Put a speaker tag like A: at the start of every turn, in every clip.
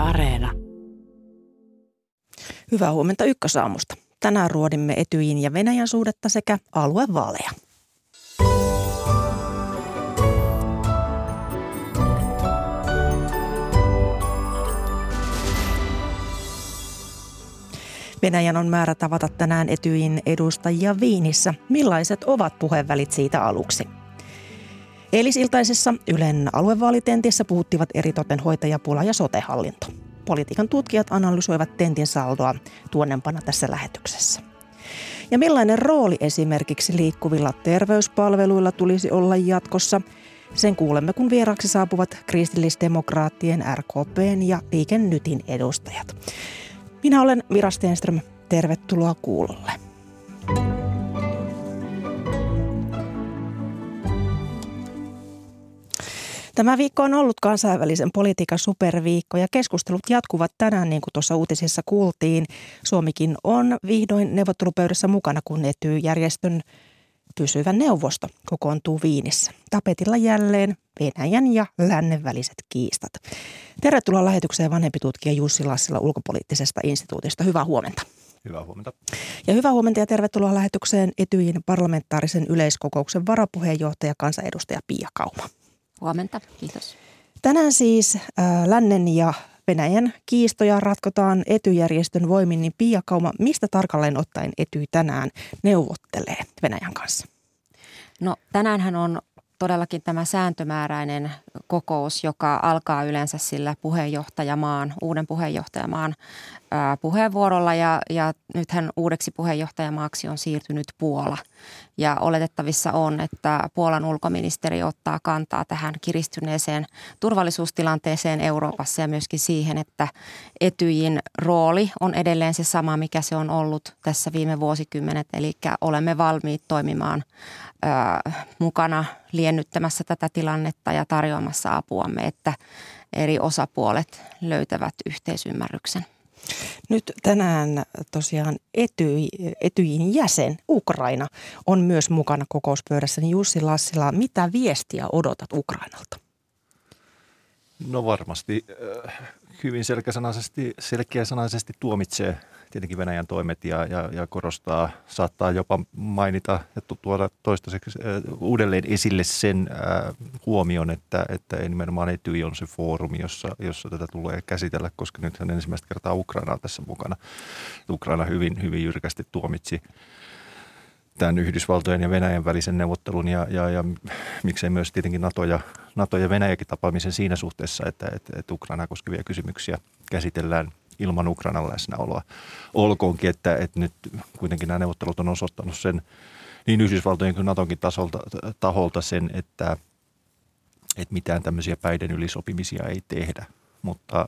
A: Areena.
B: Hyvää huomenta Ykkösaamusta. Tänään ruodimme Etyjin ja Venäjän suhdetta sekä aluevaaleja. Venäjän on määrä tavata tänään Etyjin edustajia Wienissä. Millaiset ovat puheenvälit siitä aluksi? Eilisiltaisessa Ylen aluevaalitentissä puhuttivat eritoten hoitajapula ja sote-hallinto. Politiikan tutkijat analysoivat tentin saldoa tuonnempana tässä lähetyksessä. Ja millainen rooli esimerkiksi liikkuvilla terveyspalveluilla tulisi olla jatkossa? Sen kuulemme, kun vieraaksi saapuvat kristillisdemokraattien, RKP:n ja Liike Nytin edustajat. Minä olen Mira Stenström. Tervetuloa kuulolle. Tämä viikko on ollut kansainvälisen politiikan superviikko ja keskustelut jatkuvat tänään, niin kuin tuossa uutisissa kuultiin. Suomikin on vihdoin neuvottelupöydässä mukana, kun Etyj-järjestön pysyvä neuvosto kokoontuu Wienissä. Tapetilla jälleen Venäjän ja lännen väliset kiistat. Tervetuloa lähetykseen vanhempi tutkija Jussi Lassila ulkopoliittisesta instituutista. Hyvää huomenta.
C: Hyvää huomenta.
B: Ja hyvää huomenta ja tervetuloa lähetykseen Etyjin parlamentaarisen yleiskokouksen varapuheenjohtaja kansanedustaja Pia Kauma.
D: Huomenta, kiitos.
B: Tänään siis lännen ja Venäjän kiistoja ratkotaan Etyj-järjestön voimin, niin Pia Kauma, mistä tarkalleen ottaen Etyj tänään neuvottelee Venäjän kanssa?
D: No tänäänhän on todellakin tämä sääntömääräinen kokous, joka alkaa yleensä sillä uuden puheenjohtajamaan puheenvuorolla ja nythän uudeksi puheenjohtajamaaksi on siirtynyt Puola. Ja oletettavissa on, että Puolan ulkoministeri ottaa kantaa tähän kiristyneeseen turvallisuustilanteeseen Euroopassa ja myöskin siihen, että Etyjin rooli on edelleen se sama, mikä se on ollut tässä viime vuosikymmenet. Eli olemme valmiit toimimaan mukana liennyttämässä tätä tilannetta ja tarjoamassa apuamme, että eri osapuolet löytävät yhteisymmärryksen.
B: Nyt tänään tosiaan Etyjin jäsen Ukraina on myös mukana kokouspöydässä. Niin Jussi Lassila, mitä viestiä odotat Ukrainalta?
C: No varmasti hyvin selkeäsanaisesti tuomitsee tietenkin Venäjän toimet ja korostaa, saattaa jopa mainita ja tuoda toistaiseksi uudelleen esille sen huomion, että nimenomaan Etyj on se foorumi, jossa tätä tulee käsitellä, koska nythän ensimmäistä kertaa Ukraina on tässä mukana. Ukraina hyvin jyrkästi tuomitsi tämän Yhdysvaltojen ja Venäjän välisen neuvottelun ja miksei myös tietenkin NATO ja Venäjäkin tapaamisen siinä suhteessa, että Ukrainaa koskevia kysymyksiä käsitellään ilman Ukrainan läsnäoloa. Olkoonkin, että nyt kuitenkin nämä neuvottelut on osoittanut sen niin Yhdysvaltojen kuin NATOnkin taholta sen, että mitään tämmöisiä päiden ylisopimisia ei tehdä, mutta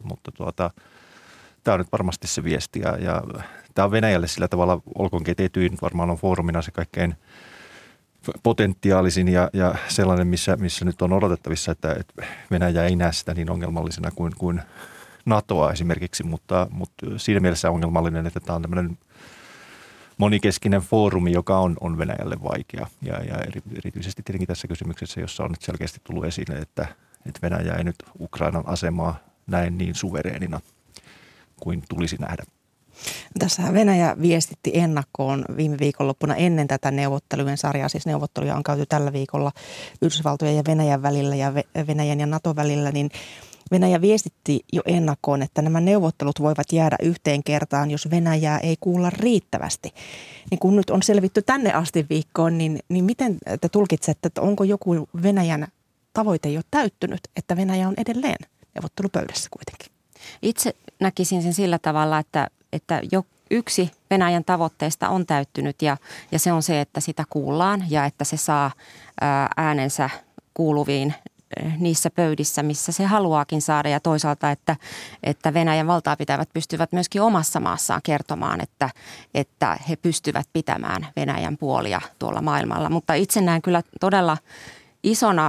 C: tämä on nyt varmasti se viesti ja tämä on Venäjälle sillä tavalla, olkoonkin, että Etyj varmaan on foorumina se kaikkein potentiaalisin ja sellainen, missä nyt on odotettavissa, että Venäjä ei näe sitä niin ongelmallisena kuin NATOa esimerkiksi, mutta siinä mielessä ongelmallinen, että tämä on tämmöinen monikeskinen foorumi, joka on Venäjälle vaikea ja erityisesti tietenkin tässä kysymyksessä, jossa on nyt selkeästi tullut esille, että Venäjä ei nyt Ukrainan asemaa näe niin suvereenina kuin tulisi nähdä.
B: Tässä Venäjä viestitti ennakkoon viime viikonloppuna ennen tätä neuvottelujen sarjaa, siis neuvotteluja on käyty tällä viikolla Yhdysvaltojen ja Venäjän välillä ja Venäjän ja NATO välillä, niin Venäjä viestitti jo ennakkoon, että nämä neuvottelut voivat jäädä yhteen kertaan, jos Venäjää ei kuulla riittävästi. Niin kun nyt on selvitty tänne asti viikkoon, niin miten te tulkitsette, että onko joku Venäjän tavoite jo täyttynyt, että Venäjä on edelleen neuvottelupöydässä kuitenkin?
D: Itse näkisin sen sillä tavalla, että jo yksi Venäjän tavoitteista on täyttynyt ja se on se, että sitä kuullaan ja että se saa äänensä kuuluviin niissä pöydissä, missä se haluaakin saada ja toisaalta, että Venäjän valtaapitävät pystyvät myöskin omassa maassaan kertomaan, että he pystyvät pitämään Venäjän puolia tuolla maailmalla. Mutta itse näen kyllä todella isona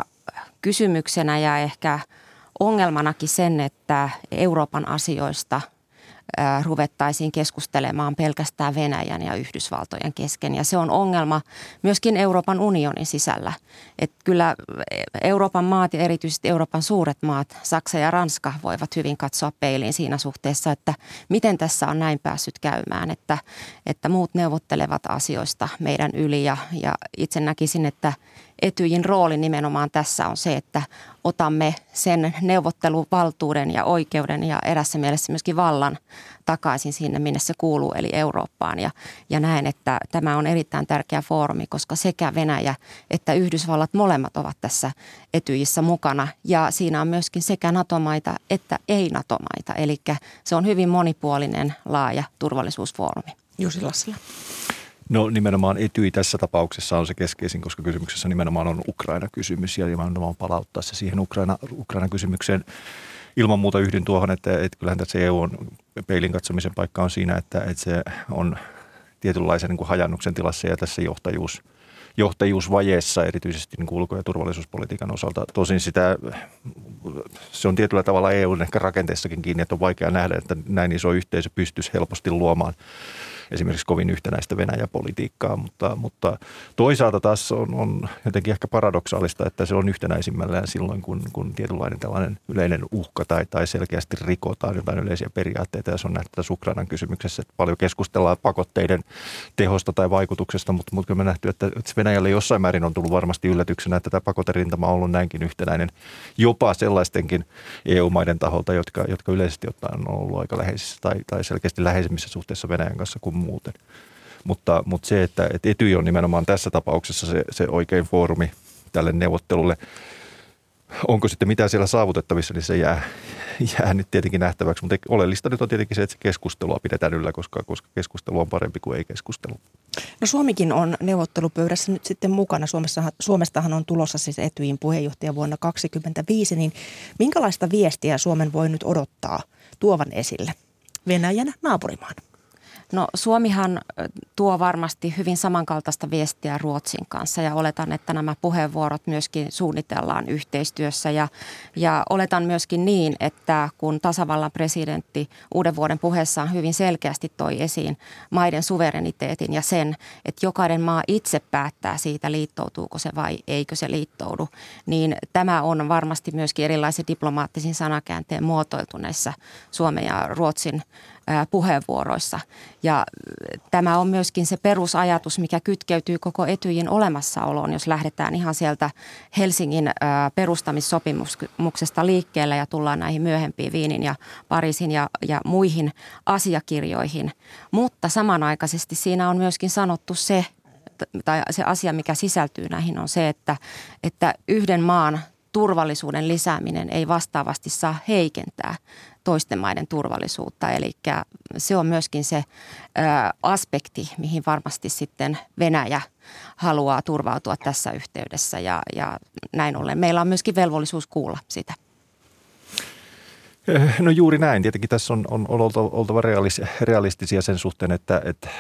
D: kysymyksenä ja ehkä ongelmanakin sen, että Euroopan asioista ruvettaisiin keskustelemaan pelkästään Venäjän ja Yhdysvaltojen kesken. Ja se on ongelma myöskin Euroopan unionin sisällä. Että kyllä Euroopan maat ja erityisesti Euroopan suuret maat, Saksa ja Ranska, voivat hyvin katsoa peiliin siinä suhteessa, että miten tässä on näin päässyt käymään, että muut neuvottelevat asioista meidän yli. Ja itse näkisin, että Etyjin rooli nimenomaan tässä on se, että otamme sen neuvotteluvaltuuden ja oikeuden ja erässä mielessä myöskin vallan takaisin sinne, minne se kuuluu, eli Eurooppaan. Ja näen, että tämä on erittäin tärkeä foorumi, koska sekä Venäjä että Yhdysvallat molemmat ovat tässä Etyjissä mukana. Ja siinä on myöskin sekä NATO-maita että ei-NATO-maita, eli se on hyvin monipuolinen, laaja turvallisuusfoorumi.
B: Jussi Lassila.
C: No nimenomaan Etyj tässä tapauksessa on se keskeisin, koska kysymyksessä nimenomaan on Ukraina-kysymys ja nimenomaan palauttaa se siihen Ukraina-kysymykseen. Ilman muuta yhdyn tuohon, että kyllähän tässä EU on peilin katsomisen paikka on siinä, että se on tietynlaisen niin kuin hajannuksen tilassa ja tässä johtajuusvajeessa erityisesti niin kuin ulko- ja turvallisuuspolitiikan osalta. Tosin se on tietyllä tavalla EUn ehkä rakenteessakin kiinni, että on vaikea nähdä, että näin iso yhteisö pystyisi helposti luomaan esimerkiksi kovin yhtenäistä Venäjä-politiikkaa, mutta toisaalta taas on jotenkin ehkä paradoksaalista, että se on yhtenäisimmällään silloin, kun tietynlainen tällainen yleinen uhka tai selkeästi rikotaan jotain yleisiä periaatteita. Ja se on nähty tässä Ukrainan kysymyksessä, että paljon keskustellaan pakotteiden tehosta tai vaikutuksesta, mutta kyllä me nähty, että Venäjälle jossain määrin on tullut varmasti yllätyksenä, että tämä pakoterintama on ollut näinkin yhtenäinen jopa sellaistenkin EU-maiden taholta, jotka yleisesti ottaen on ollut aika läheisissä tai selkeästi läheisemmissä suhteessa Venäjän kanssa kuin muuten. Mutta se, että Etyj on nimenomaan tässä tapauksessa se oikein foorumi tälle neuvottelulle. Onko sitten mitään siellä saavutettavissa, niin se jää nyt tietenkin nähtäväksi. Mutta oleellista nyt on tietenkin se, että se keskustelua pidetään yllä, koska keskustelu on parempi kuin ei keskustelu.
B: No Suomikin on neuvottelupöydässä nyt sitten mukana. Suomestahan on tulossa siis Etyjin puheenjohtaja vuonna 2025. Niin minkälaista viestiä Suomen voi nyt odottaa tuovan esille Venäjän naapurimaan?
D: No Suomihan tuo varmasti hyvin samankaltaista viestiä Ruotsin kanssa ja oletan, että nämä puheenvuorot myöskin suunnitellaan yhteistyössä ja oletan myöskin niin, että kun tasavallan presidentti uuden vuoden puheessaan hyvin selkeästi toi esiin maiden suvereniteetin ja sen, että jokainen maa itse päättää siitä, liittoutuuko se vai eikö se liittoudu, niin tämä on varmasti myöskin erilaisen diplomaattisen sanakäänteen muotoiltu näissä Suomen ja Ruotsin puheenvuoroissa. Ja tämä on myöskin se perusajatus, mikä kytkeytyy koko Etyjin olemassaoloon, jos lähdetään ihan sieltä Helsingin perustamissopimuksesta liikkeelle ja tullaan näihin myöhempiin Viinin ja Pariisin ja muihin asiakirjoihin. Mutta samanaikaisesti siinä on myöskin sanottu se asia, mikä sisältyy näihin, on se, että yhden maan turvallisuuden lisääminen ei vastaavasti saa heikentää toisten maiden turvallisuutta. Eli se on myöskin se aspekti, mihin varmasti sitten Venäjä haluaa turvautua tässä yhteydessä ja näin ollen. Meillä on myöskin velvollisuus kuulla sitä.
C: No juuri näin. Tietenkin tässä on oltava realistisia sen suhteen, että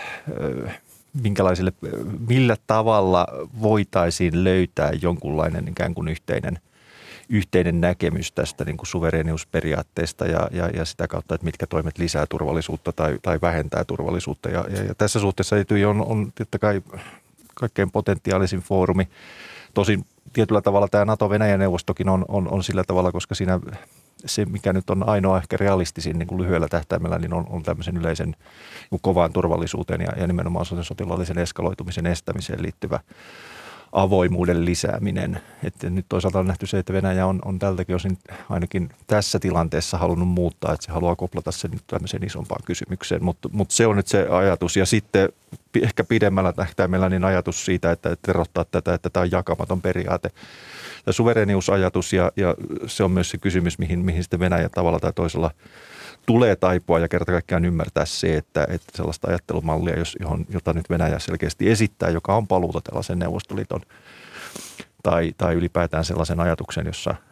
C: millä tavalla voitaisiin löytää jonkunlainen ikään kuin yhteinen näkemys tästä niin kuin suvereeniusperiaatteesta ja sitä kautta, että mitkä toimet lisää turvallisuutta tai vähentää turvallisuutta. Ja tässä suhteessa Etyj on tietysti kai kaikkein potentiaalisin foorumi. Tosin tietyllä tavalla tämä NATO-Venäjä-neuvostokin on sillä tavalla, koska siinä se, mikä nyt on ainoa ehkä realistisin niin kuin lyhyellä tähtäimellä, niin on tämmöisen yleisen niin kovaan turvallisuuteen ja nimenomaan sotilaallisen eskaloitumisen estämiseen liittyvä avoimuuden lisääminen. Että nyt toisaalta on nähty se, että Venäjä on tältäkin osin ainakin tässä tilanteessa halunnut muuttaa, että se haluaa koplata sen nyt tämmöiseen isompaan kysymykseen. Mutta se on nyt se ajatus. Ja sitten ehkä pidemmällä tähtäimellä niin ajatus siitä, että erottaa tätä, että tämä on jakamaton periaate. Tämä suvereniusajatus ja se on myös se kysymys, mihin sitten Venäjä tavalla tai toisella tulee taipua ja kerta kaikkiaan ymmärtää se, että sellaista ajattelumallia, jota nyt Venäjä selkeästi esittää, joka on paluuta tällaisen Neuvostoliiton tai ylipäätään sellaisen ajatuksen, jossa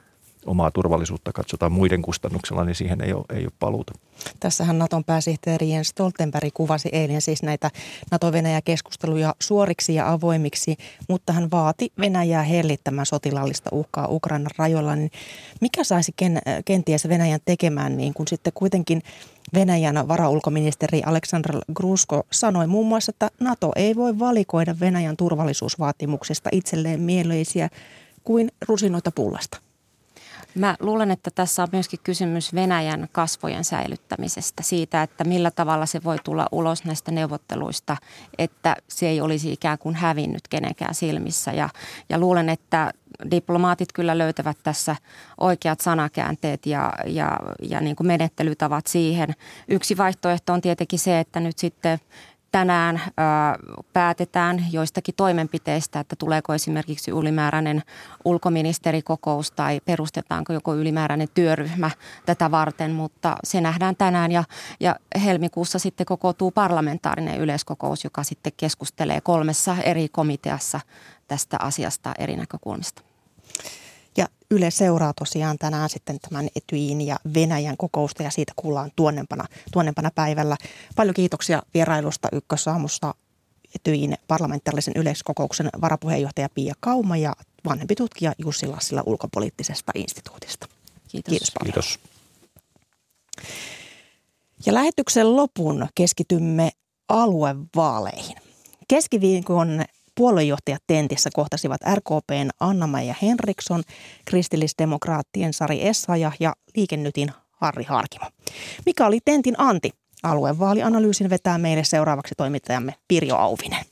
C: omaa turvallisuutta katsotaan muiden kustannuksella, niin siihen ei ole paluuta.
B: Tässähän Naton pääsihteeri Jens Stoltenberg kuvasi eilen siis näitä NATO-Venäjä-keskusteluja suoriksi ja avoimiksi, mutta hän vaati Venäjää hellittämään sotilaallista uhkaa Ukrainan rajoilla. Niin mikä saisi kenties Venäjän tekemään, niin kun sitten kuitenkin Venäjän varaulkoministeri Aleksandr Grushko sanoi muun muassa, että NATO ei voi valikoida Venäjän turvallisuusvaatimuksista itselleen mieleisiä kuin rusinoita pullasta.
D: Mä luulen, että tässä on myöskin kysymys Venäjän kasvojen säilyttämisestä, siitä, että millä tavalla se voi tulla ulos näistä neuvotteluista, että se ei olisi ikään kuin hävinnyt kenenkään silmissä. Ja luulen, että diplomaatit kyllä löytävät tässä oikeat sanakäänteet ja niin kuin menettelytavat siihen. Yksi vaihtoehto on tietenkin se, että nyt sitten tänään päätetään joistakin toimenpiteistä, että tuleeko esimerkiksi ylimääräinen ulkoministerikokous tai perustetaanko joko ylimääräinen työryhmä tätä varten, mutta se nähdään tänään ja helmikuussa sitten kokoutuu parlamentaarinen yleiskokous, joka sitten keskustelee 3 eri komiteassa tästä asiasta eri näkökulmista.
B: Ja Yle seuraa tosiaan tänään sitten tämän Etyjin ja Venäjän kokousta ja siitä kuullaan tuonnempana päivällä. Paljon kiitoksia vierailusta Ykkösaamussa Etyjin parlamentaarisen yleiskokouksen varapuheenjohtaja Pia Kauma ja vanhempi tutkija Jussi Lassila ulkopoliittisesta instituutista. Kiitos paljon.
C: Kiitos.
B: Ja lähetyksen lopun keskitymme aluevaaleihin. Keskiviikon puoluejohtajat tentissä kohtasivat RKP:n Anna-Maija Henriksson, kristillisdemokraattien Sari Essayah ja Liike Nytin Harri Harkimo. Mikä oli tentin anti? Aluevaalianalyysin vetää meille seuraavaksi toimittajamme Pirjo Auvinen.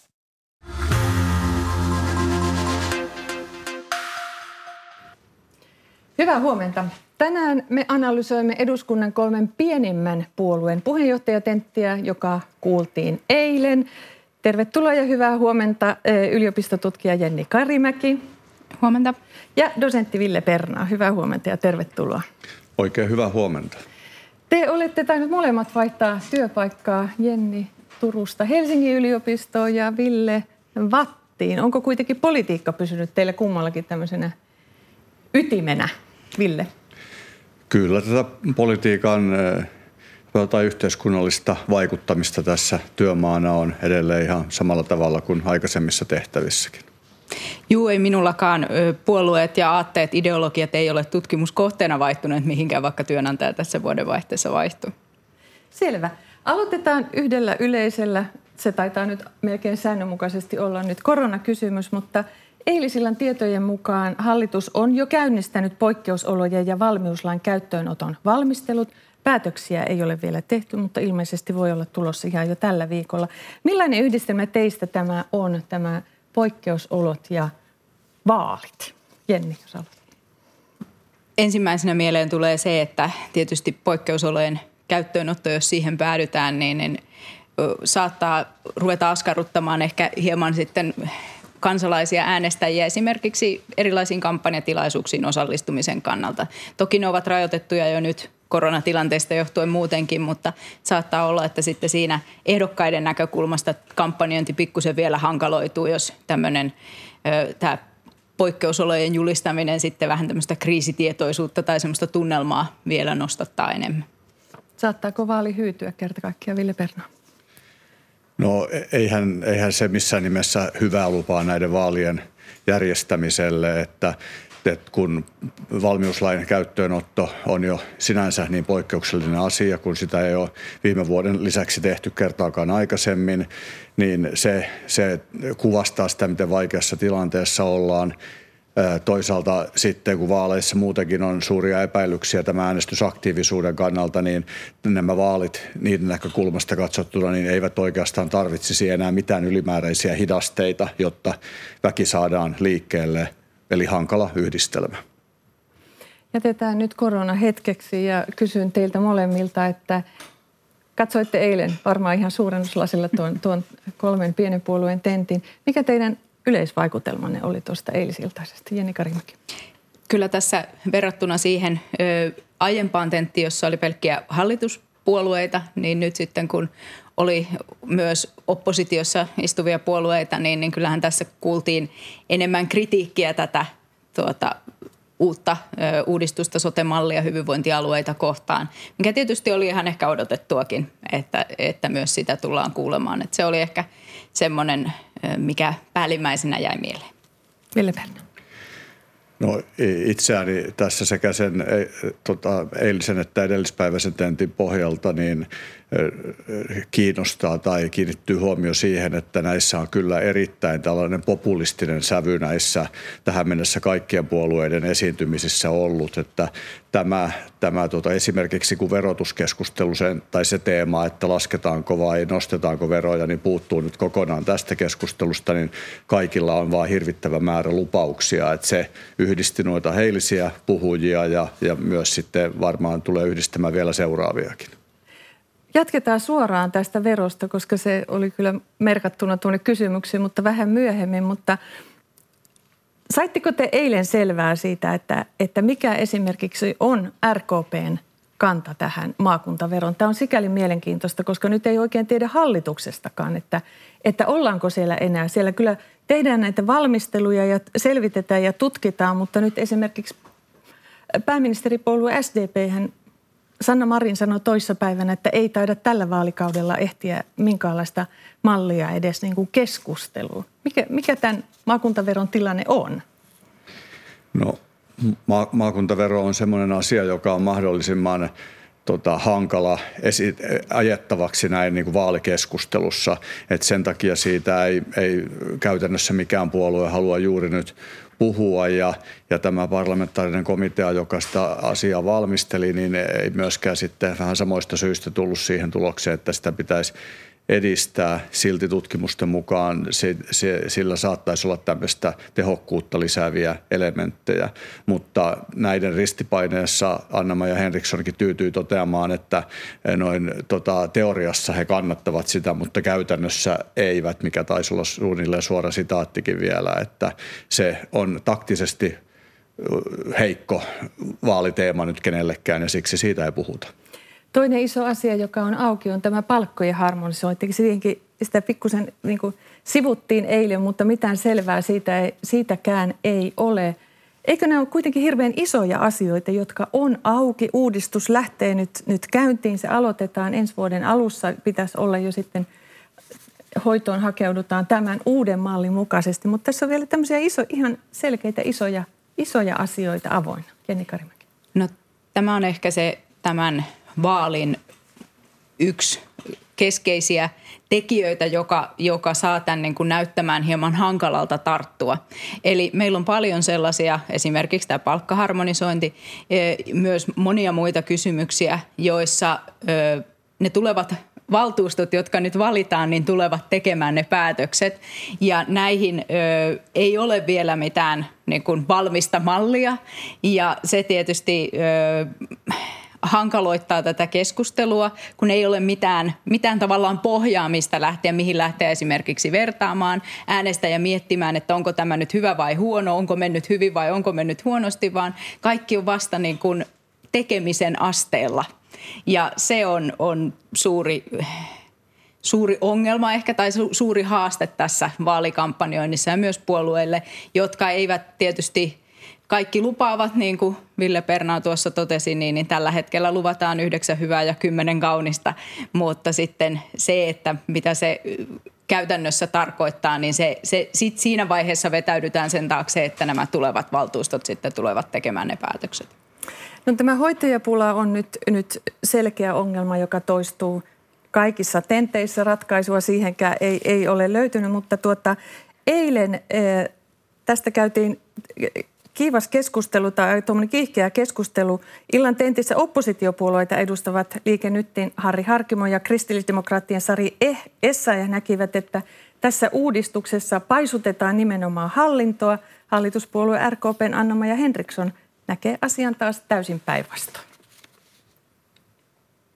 A: Hyvää huomenta. Tänään me analysoimme eduskunnan 3 pienimmän puolueen puheenjohtajatenttiä, joka kuultiin eilen. Tervetuloa ja hyvää huomenta yliopistotutkija Jenni Karimäki.
E: Huomenta.
A: Ja dosentti Ville Perna. Hyvää huomenta ja tervetuloa.
F: Oikein hyvää huomenta.
A: Te olette tainnut molemmat vaihtaa työpaikkaa, Jenni Turusta Helsingin yliopistoon ja Ville Vattiin. Onko kuitenkin politiikka pysynyt teille kummallakin tämmöisenä ytimenä, Ville?
F: Kyllä tätä politiikan tai yhteiskunnallista vaikuttamista tässä työmaana on edelleen ihan samalla tavalla kuin aikaisemmissa tehtävissäkin.
E: Juu, ei minullakaan puolueet ja aatteet, ideologiat ei ole tutkimuskohteena vaihtuneet mihinkään, vaikka työnantaja tässä vuodenvaihteessa vaihtuu.
A: Selvä. Aloitetaan yhdellä yleisellä. Se taitaa nyt melkein säännönmukaisesti olla nyt koronakysymys, mutta eilisillan tietojen mukaan hallitus on jo käynnistänyt poikkeusolojen ja valmiuslain käyttöönoton valmistelut. Päätöksiä ei ole vielä tehty, mutta ilmeisesti voi olla tulossa ihan jo tällä viikolla. Millainen yhdistelmä teistä tämä on, tämä poikkeusolot ja vaalit? Jenni, jos aloitat.
E: Ensimmäisenä mieleen tulee se, että tietysti poikkeusolojen käyttöönotto, jos siihen päädytään, niin saattaa ruveta askarruttamaan ehkä hieman sitten kansalaisia äänestäjiä esimerkiksi erilaisiin kampanjatilaisuuksiin osallistumisen kannalta. Toki ne ovat rajoitettuja jo nyt koronatilanteesta johtuen muutenkin, mutta saattaa olla, että sitten siinä ehdokkaiden näkökulmasta kampanjointi pikkusen vielä hankaloituu, jos tämä poikkeusolojen julistaminen sitten vähän tämmöistä kriisitietoisuutta tai semmoista tunnelmaa vielä nostattaa enemmän.
A: Saattaako vaali hyytyä kerta kaikkiaan, Ville Perna?
F: No eihän se missään nimessä hyvää lupaa näiden vaalien järjestämiselle, että kun valmiuslain käyttöönotto on jo sinänsä niin poikkeuksellinen asia, kun sitä ei ole viime vuoden lisäksi tehty kertaakaan aikaisemmin, niin se kuvastaa sitä, miten vaikeassa tilanteessa ollaan. Toisaalta sitten, kun vaaleissa muutenkin on suuria epäilyksiä tämän äänestysaktiivisuuden kannalta, niin nämä vaalit niiden näkökulmasta katsottuna niin eivät oikeastaan tarvitsisi enää mitään ylimääräisiä hidasteita, jotta väki saadaan liikkeelle. Eli hankala yhdistelmä.
A: Jätetään nyt korona hetkeksi ja kysyn teiltä molemmilta, että katsoitte eilen varmaan ihan suurennuslasilla tuon 3 pienen puolueen tentin. Mikä teidän yleisvaikutelmanne oli tuosta eilisiltaisesta? Jenni Karimäki.
E: Kyllä tässä verrattuna siihen aiempaan tenttiin, jossa oli pelkkiä hallituspuolueita, niin nyt sitten kun oli myös oppositiossa istuvia puolueita, niin kyllähän tässä kuultiin enemmän kritiikkiä tätä uutta uudistusta, sote-mallia hyvinvointialueita kohtaan, mikä tietysti oli ihan ehkä odotettuakin, että myös sitä tullaan kuulemaan. Että se oli ehkä semmoinen, mikä päällimmäisenä jäi mieleen.
A: Ville Berner.
F: No itseäni tässä sekä sen eilisen että edellispäiväisen tentin pohjalta niin kiinnostaa tai kiinnittyy huomio siihen, että näissä on kyllä erittäin tällainen populistinen sävy näissä tähän mennessä kaikkien puolueiden esiintymisissä ollut, että tämä esimerkiksi kun verotuskeskustelu tai se teema, että lasketaanko vai nostetaanko veroja, niin puuttuu nyt kokonaan tästä keskustelusta, niin kaikilla on vaan hirvittävä määrä lupauksia, että se yhdisti noita heilisiä puhujia ja myös sitten varmaan tulee yhdistämään vielä seuraaviakin.
A: Jatketaan suoraan tästä verosta, koska se oli kyllä merkattuna tuonne kysymyksiin, mutta vähän myöhemmin. Mutta saitteko te eilen selvää siitä, että mikä esimerkiksi on RKP:n kanta tähän maakuntaveron? Tämä on sikäli mielenkiintoista, koska nyt ei oikein tiedä hallituksestakaan, että ollaanko siellä enää. Siellä kyllä tehdään näitä valmisteluja ja selvitetään ja tutkitaan, mutta nyt esimerkiksi pääministeripuolue SDP Sanna Marin sanoi toissapäivänä, että ei taida tällä vaalikaudella ehtiä minkäänlaista mallia edes niin kuin keskusteluun. Mikä tämän maakuntaveron tilanne on?
F: No maakuntavero on semmoinen asia, joka on mahdollisimman hankala ajettavaksi näin niin kuin vaalikeskustelussa. Et sen takia siitä ei käytännössä mikään puolue halua juuri nyt puhua ja tämä parlamentaarinen komitea, joka sitä asiaa valmisteli, niin ei myöskään sitten vähän samoista syistä tullut siihen tulokseen, että sitä pitäisi edistää. Silti tutkimusten mukaan sillä saattaisi olla tämmöistä tehokkuutta lisääviä elementtejä, mutta näiden ristipaineessa Anna-Maja Henrikssonkin tyytyy toteamaan, että noin teoriassa he kannattavat sitä, mutta käytännössä eivät, mikä taisi olla suunnilleen suora sitaattikin vielä, että se on taktisesti heikko vaaliteema nyt kenellekään ja siksi siitä ei puhuta.
A: Toinen iso asia, joka on auki, on tämä palkkojen harmonisointi. Sitä pikkusen niin kuin sivuttiin eilen, mutta mitään selvää siitäkään ei ole. Eikö nämä ole kuitenkin hirveän isoja asioita, jotka on auki? Uudistus lähtee nyt käyntiin, se aloitetaan ensi vuoden alussa. Pitäisi olla jo sitten, hoitoon hakeudutaan tämän uuden mallin mukaisesti. Mutta tässä on vielä tämmöisiä ihan selkeitä isoja asioita avoinna. Jenni Karimäki.
E: No tämä on ehkä se tämän vaalin yksi keskeisiä tekijöitä, joka saa tämän niin kuin näyttämään hieman hankalalta tarttua. Eli meillä on paljon sellaisia, esimerkiksi tämä palkkaharmonisointi, myös monia muita kysymyksiä, joissa ne tulevat valtuustot, jotka nyt valitaan, niin tulevat tekemään ne päätökset. Ja näihin ei ole vielä mitään niin kuin valmista mallia ja se tietysti hankaloittaa tätä keskustelua, kun ei ole mitään tavallaan pohjaa, mistä lähteä, mihin lähteä esimerkiksi vertaamaan äänestäjä miettimään, että onko tämä nyt hyvä vai huono, onko mennyt hyvin vai onko mennyt huonosti, vaan kaikki on vasta niin kuin tekemisen asteella. Ja se on suuri ongelma ehkä tai suuri haaste tässä vaalikampanjoinnissa ja myös puolueille, jotka eivät tietysti kaikki lupaavat, niin kuin Ville Perna tuossa totesi, niin tällä hetkellä luvataan 9 hyvää ja 10 kaunista, mutta sitten se, että mitä se käytännössä tarkoittaa, niin sit siinä vaiheessa vetäydytään sen taakse, että nämä tulevat valtuustot sitten tulevat tekemään ne päätökset.
A: No, tämä hoitajapula on nyt selkeä ongelma, joka toistuu kaikissa tenteissä. Ratkaisua siihenkään ei ole löytynyt, mutta eilen tästä käytiin kiivas keskustelu tai tuommoinen kiihkeä keskustelu. Illan tentissä oppositiopuolueita edustavat Liike Nytin Harri Harkimo ja kristillisdemokraattien Sari Essayah näkivät, että tässä uudistuksessa paisutetaan nimenomaan hallintoa. Hallituspuolue RKP:n Anna-Maja Henriksson näkee asian taas täysin päinvastoin.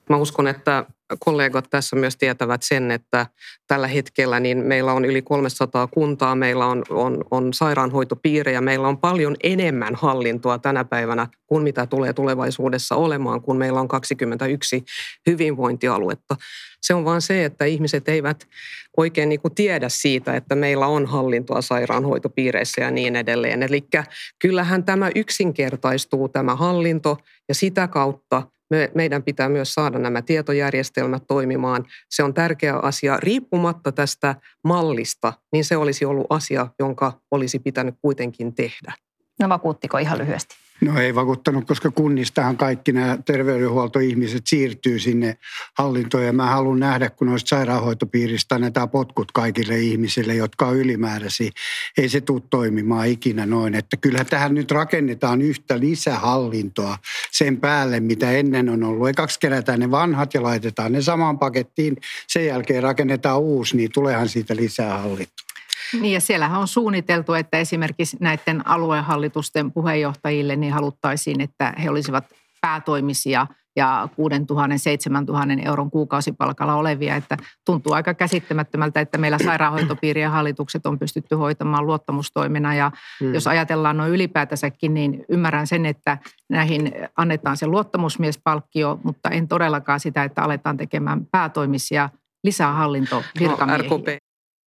G: Mä uskon, että kollegat tässä myös tietävät sen, että tällä hetkellä niin meillä on yli 300 kuntaa, meillä on sairaanhoitopiirejä, meillä on paljon enemmän hallintoa tänä päivänä kuin mitä tulee tulevaisuudessa olemaan, kun meillä on 21 hyvinvointialuetta. Se on vaan se, että ihmiset eivät oikein tiedä siitä, että meillä on hallintoa sairaanhoitopiireissä ja niin edelleen. Eli kyllähän tämä yksinkertaistuu, tämä hallinto, ja sitä kautta meidän pitää myös saada nämä tietojärjestelmät toimimaan. Se on tärkeä asia. Riippumatta tästä mallista, niin se olisi ollut asia, jonka olisi pitänyt kuitenkin tehdä.
H: No vakuuttiko ihan lyhyesti?
I: No ei vakuuttanut, koska kunnistahan kaikki nämä terveydenhuoltoihmiset siirtyy sinne hallintoon. Ja mä haluan nähdä, kun noista sairaanhoitopiiristä annetaan potkut kaikille ihmisille, jotka on ylimääräisiä. Ei se tule toimimaan ikinä noin. Että kyllähän tähän nyt rakennetaan yhtä lisähallintoa sen päälle, mitä ennen on ollut. Ekaksi kerätään ne vanhat ja laitetaan ne samaan pakettiin. Sen jälkeen rakennetaan uusi, niin tuleehan siitä lisää hallintoa.
H: Niin ja siellähän on suunniteltu, että esimerkiksi näiden aluehallitusten puheenjohtajille niin haluttaisiin, että he olisivat päätoimisia ja 6 000, 7 000 euron kuukausipalkalla olevia. Että tuntuu aika käsittämättömältä, että meillä sairaanhoitopiirien hallitukset on pystytty hoitamaan luottamustoimena. Ja jos ajatellaan noin ylipäätänsäkin, niin ymmärrän sen, että näihin annetaan se luottamusmiespalkkio, mutta en todellakaan sitä, että aletaan tekemään päätoimisia lisää hallintovirkamiehiä.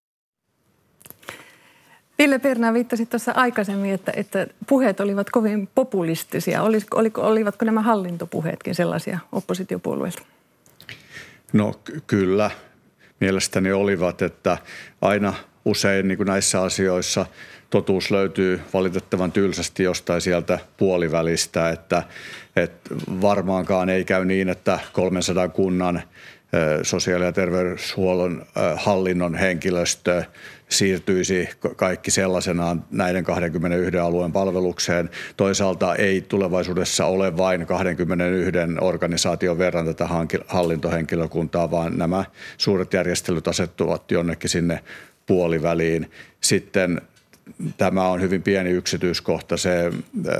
A: Ville Perna viittasi tuossa aikaisemmin, että puheet olivat kovin populistisia. Olivatko nämä hallintopuheetkin sellaisia oppositiopuolueilta?
F: No kyllä, mielestäni olivat, että aina usein niin kuin näissä asioissa totuus löytyy valitettavan tylsästi jostain sieltä puolivälistä, että varmaankaan ei käy niin, että 300 kunnan sosiaali- ja terveyshuollon hallinnon henkilöstö siirtyisi kaikki sellaisenaan näiden 21 alueen palvelukseen. Toisaalta ei tulevaisuudessa ole vain 21 organisaation verran tätä hallintohenkilökuntaa, vaan nämä suuret järjestelyt asettuvat jonnekin sinne puoliväliin. Sitten tämä on hyvin pieni yksityiskohta, se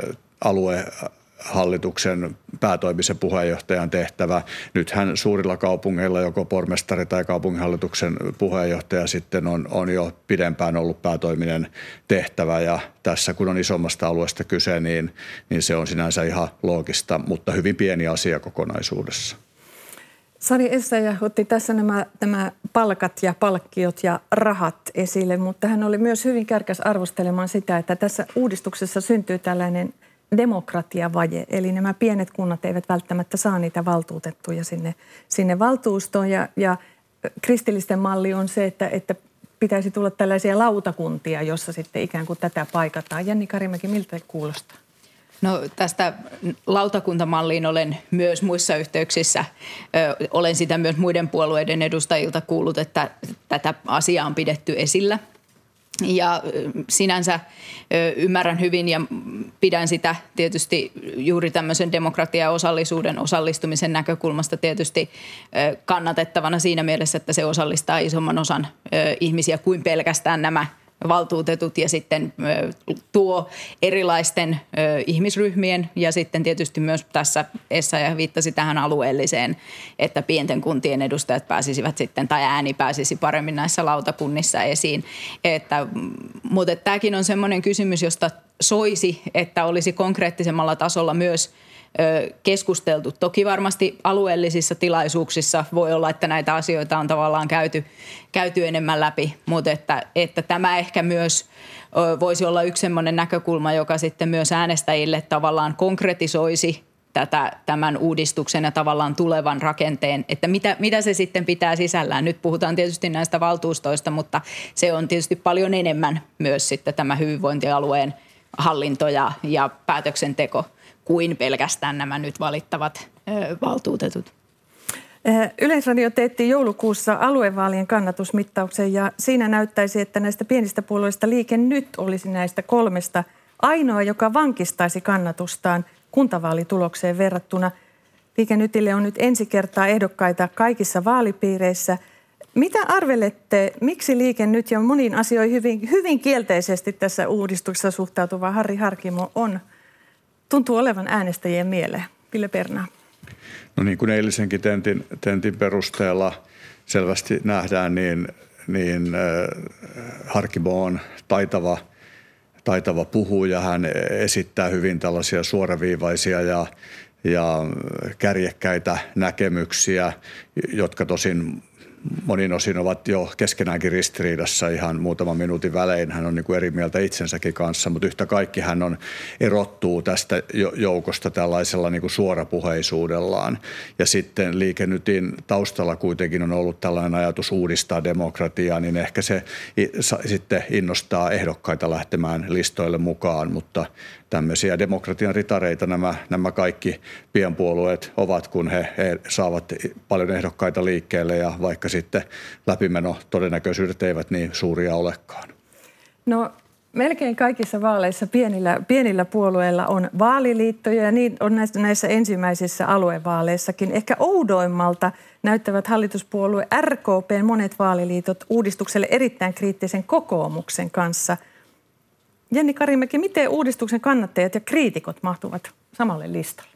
F: aluehallituksen päätoimisen puheenjohtajan tehtävä. Nythän suurilla kaupungeilla joko pormestari tai kaupunginhallituksen puheenjohtaja sitten on jo pidempään ollut päätoiminen tehtävä, ja tässä kun on isommasta alueesta kyse, niin se on sinänsä ihan loogista, mutta hyvin pieni asia kokonaisuudessa.
A: Sari Essayah otti tässä nämä palkat ja palkkiot ja rahat esille, mutta hän oli myös hyvin kärkäs arvostelemaan sitä, että tässä uudistuksessa syntyy tällainen demokratiavaje, eli nämä pienet kunnat eivät välttämättä saa niitä valtuutettuja sinne valtuustoon, ja kristillisten malli on se, että pitäisi tulla tällaisia lautakuntia, jossa sitten ikään kuin tätä paikataan. Jenni Karimäki, miltä kuulostaa?
E: No tästä lautakuntamalliin olen myös muissa yhteyksissä, olen sitä myös muiden puolueiden edustajilta kuullut, että tätä asiaa on pidetty esillä. Ja sinänsä ymmärrän hyvin ja pidän sitä tietysti juuri tämmöisen demokratia- ja osallistumisen näkökulmasta tietysti kannatettavana siinä mielessä, että se osallistaa isomman osan ihmisiä kuin pelkästään nämä valtuutetut ja sitten tuo erilaisten ihmisryhmien ja sitten tietysti myös tässä Essayah viittasi tähän alueelliseen, että pienten kuntien edustajat pääsisivät sitten tai ääni pääsisi paremmin näissä lautakunnissa esiin. Mutta tämäkin on semmoinen kysymys, josta soisi, että olisi konkreettisemmalla tasolla myös keskusteltu. Toki varmasti alueellisissa tilaisuuksissa voi olla, että näitä asioita on tavallaan käyty enemmän läpi, mutta että tämä ehkä myös voisi olla yksi semmoinen näkökulma, joka sitten myös äänestäjille tavallaan konkretisoisi tämän uudistuksen ja tavallaan tulevan rakenteen, että mitä se sitten pitää sisällään. Nyt puhutaan tietysti näistä valtuustoista, mutta se on tietysti paljon enemmän myös sitten tämä hyvinvointialueen hallinto ja päätöksenteko kuin pelkästään nämä nyt valittavat valtuutetut.
A: Yleisradio teetti joulukuussa aluevaalien kannatusmittauksen ja siinä näyttäisi, että näistä pienistä puolueista Liike Nyt olisi näistä kolmesta ainoa, joka vankistaisi kannatustaan kuntavaalitulokseen verrattuna. Liike Nytille on nyt ensi kertaa ehdokkaita kaikissa vaalipiireissä. Mitä arvelette, miksi Liike Nyt ja moniin asioihin hyvin kielteisesti tässä uudistuksessa suhtautuva Harri Harkimo tuntuu olevan äänestäjien mieleen? Ville Perna.
F: No niin kuin eilisenkin tentin perusteella selvästi nähdään, niin Harkimo on taitava puhuja. Hän esittää hyvin tällaisia suoraviivaisia ja kärjekkäitä näkemyksiä, jotka tosin monin osin ovat jo keskenäänkin ristiriidassa ihan muutaman minuutin välein. Hän on niin kuin eri mieltä itsensäkin kanssa, mutta yhtä kaikki hän erottuu tästä joukosta tällaisella niin kuin suorapuheisuudellaan. Ja sitten Liike Nytin taustalla kuitenkin on ollut tällainen ajatus uudistaa demokratiaa, niin ehkä se sitten innostaa ehdokkaita lähtemään listoille mukaan, mutta tämmöisiä demokratian ritareita nämä kaikki pienpuolueet ovat, kun he saavat paljon ehdokkaita liikkeelle ja vaikka sitten läpimeno todennäköisyydet eivät niin suuria olekaan.
A: No melkein kaikissa vaaleissa pienillä puolueilla on vaaliliittoja ja niin on näissä ensimmäisissä aluevaaleissakin. Ehkä oudoimmalta näyttävät hallituspuolue RKP:n monet vaaliliitot uudistukselle erittäin kriittisen kokoomuksen kanssa. Jenni Karimäki, miten uudistuksen kannattajat ja kriitikot mahtuvat samalle listalle?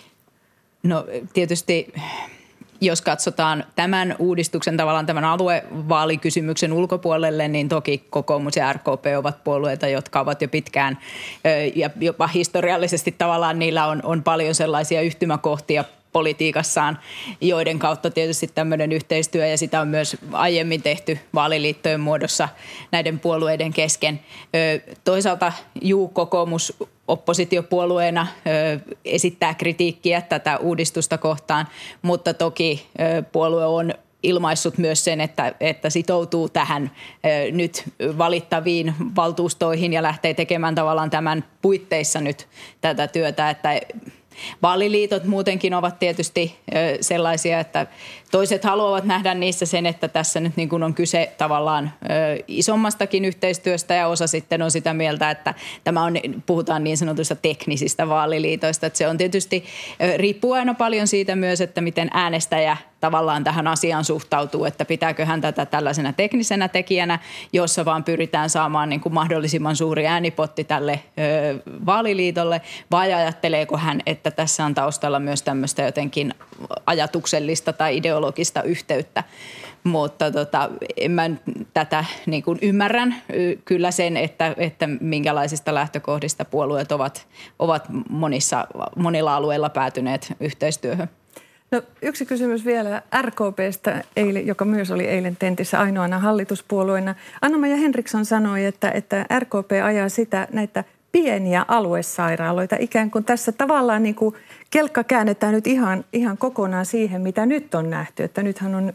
E: No tietysti jos katsotaan tämän uudistuksen tavallaan tämän aluevaalikysymyksen ulkopuolelle, niin toki kokoomus ja RKP ovat puolueita, jotka ovat jo pitkään ja jopa historiallisesti tavallaan niillä on paljon sellaisia yhtymäkohtia politiikassaan, joiden kautta tietysti tämmöinen yhteistyö ja sitä on myös aiemmin tehty vaaliliittojen muodossa näiden puolueiden kesken. Toisaalta kokoomus oppositiopuolueena esittää kritiikkiä tätä uudistusta kohtaan, mutta toki puolue on ilmaissut myös sen, että sitoutuu tähän nyt valittaviin valtuustoihin ja lähtee tekemään tavallaan tämän puitteissa nyt tätä työtä, että vaaliliitot muutenkin ovat tietysti sellaisia, että toiset haluavat nähdä niissä sen, että tässä nyt niin kuin on kyse tavallaan isommastakin yhteistyöstä ja osa sitten on sitä mieltä, että puhutaan niin sanotuista teknisistä vaaliliitoista. Että se on tietysti, riippuu aina paljon siitä myös, että miten äänestäjä tavallaan tähän asiaan suhtautuu, että pitääköhän tätä tällaisena teknisenä tekijänä, jossa vaan pyritään saamaan niin kuin mahdollisimman suuri äänipotti tälle vaaliliitolle, vai ajatteleeko hän, että tässä on taustalla myös tämmöistä jotenkin ajatuksellista tai ideologista yhteyttä. Mutta mä tätä niin kuin ymmärrän kyllä sen, että minkälaisista lähtökohdista puolueet ovat monilla alueilla päätyneet yhteistyöhön.
A: No, yksi kysymys vielä RKP:stä, joka myös oli eilen tentissä ainoana hallituspuolueena. Anna-Maja Henriksson sanoi, että RKP ajaa näitä pieniä aluesairaaloita. Ikään kuin tässä tavallaan niin kuin kelkka käännetään nyt ihan kokonaan siihen, mitä nyt on nähty. Että nythän on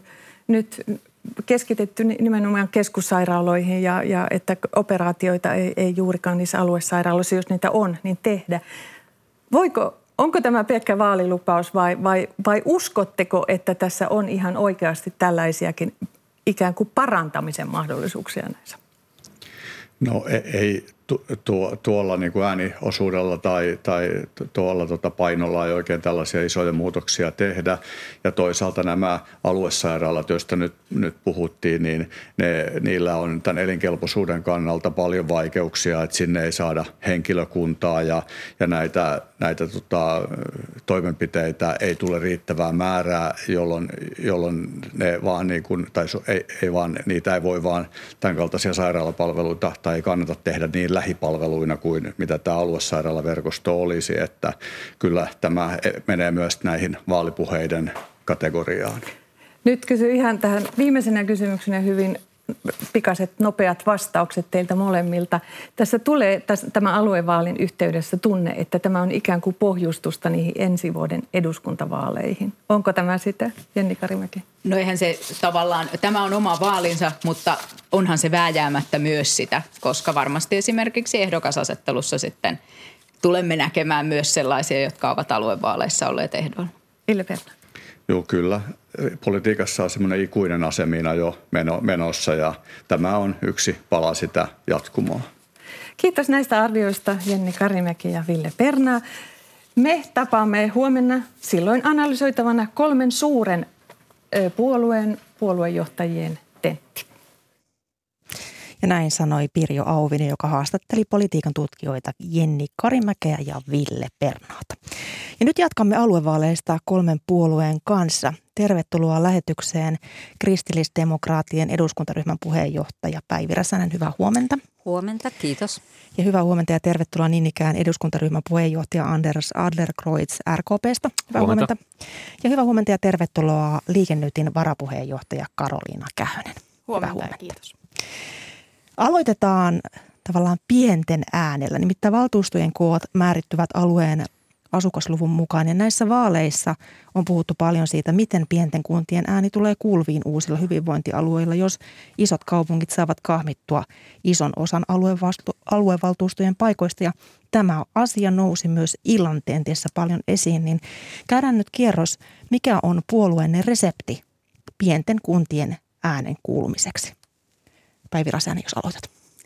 A: keskitetty nimenomaan keskussairaaloihin ja että operaatioita ei juurikaan niissä aluesairaaloissa, jos niitä on, niin tehdä. Onko tämä pelkkä vaalilupaus vai uskotteko, että tässä on ihan oikeasti tällaisiakin ikään kuin parantamisen mahdollisuuksia näissä?
F: No ei tuolla niin kuin ääniosuudella tai tuolla painolla ei oikein tällaisia isoja muutoksia tehdä. Ja toisaalta nämä aluesairaalat, joista nyt puhuttiin, niin niillä on tämän elinkelpoisuuden kannalta paljon vaikeuksia, että sinne ei saada henkilökuntaa ja näitä toimenpiteitä ei tule riittävää määrää, jolloin ne vaan niin kuin, tai niitä ei voi vaan tämän kaltaisia sairaalapalveluita tai ei kannata tehdä niin lähipalveluina kuin mitä tämä aluesairaalaverkosto olisi, että kyllä tämä menee myös näihin vaalipuheiden kategoriaan. Nyt
A: kysyn ihan tähän viimeisenä kysymyksenä hyvin pikaiset nopeat vastaukset teiltä molemmilta. Tässä tulee tämä aluevaalin yhteydessä tunne, että tämä on ikään kuin pohjustusta niihin ensi vuoden eduskuntavaaleihin. Onko tämä sitä, Jenni Karimäki?
E: No eihän se tavallaan, tämä on oma vaalinsa, mutta onhan se vääjäämättä myös sitä, koska varmasti esimerkiksi ehdokasasettelussa sitten tulemme näkemään myös sellaisia, jotka ovat aluevaaleissa olleet ehdolla.
A: Ville Perna.
F: Joo, kyllä. Politiikassa on semmoinen ikuinen asemina jo menossa ja tämä on yksi pala sitä jatkumoa.
A: Kiitos näistä arvioista Jenni Karimäki ja Ville Perna. Me tapaamme huomenna silloin analysoitavana 3 suuren puolueen puoluejohtajien tentti.
B: Ja näin sanoi Pirjo Auvinen, joka haastatteli politiikan tutkijoita Jenni Karimäkeä ja Ville Pernaata. Ja nyt jatkamme aluevaaleista 3 puolueen kanssa. Tervetuloa lähetykseen kristillisdemokraattien eduskuntaryhmän puheenjohtaja Päivi Räsänen. Hyvää huomenta.
J: Huomenta, kiitos.
B: Ja hyvää huomenta ja tervetuloa niin ikään eduskuntaryhmän puheenjohtaja Anders Adlercreutz RKP:stä. Hyvää huomenta. Ja hyvää huomenta ja tervetuloa Liike-Nytin varapuheenjohtaja Karoliina Kähönen.
K: Huomenta ja kiitos.
B: Aloitetaan tavallaan pienten äänellä. Nimittäin valtuustojen koot määrittyvät alueen asukasluvun mukaan. Ja näissä vaaleissa on puhuttu paljon siitä, miten pienten kuntien ääni tulee kuuluviin uusilla hyvinvointialueilla, jos isot kaupungit saavat kahmittua ison osan aluevaltuustojen paikoista. Ja tämä asia nousi myös illan tentiessä paljon esiin. Niin käydään nyt kierros, mikä on puolueenne resepti pienten kuntien äänen kuulumiseksi? Päivi Räsänen, jos aloitat.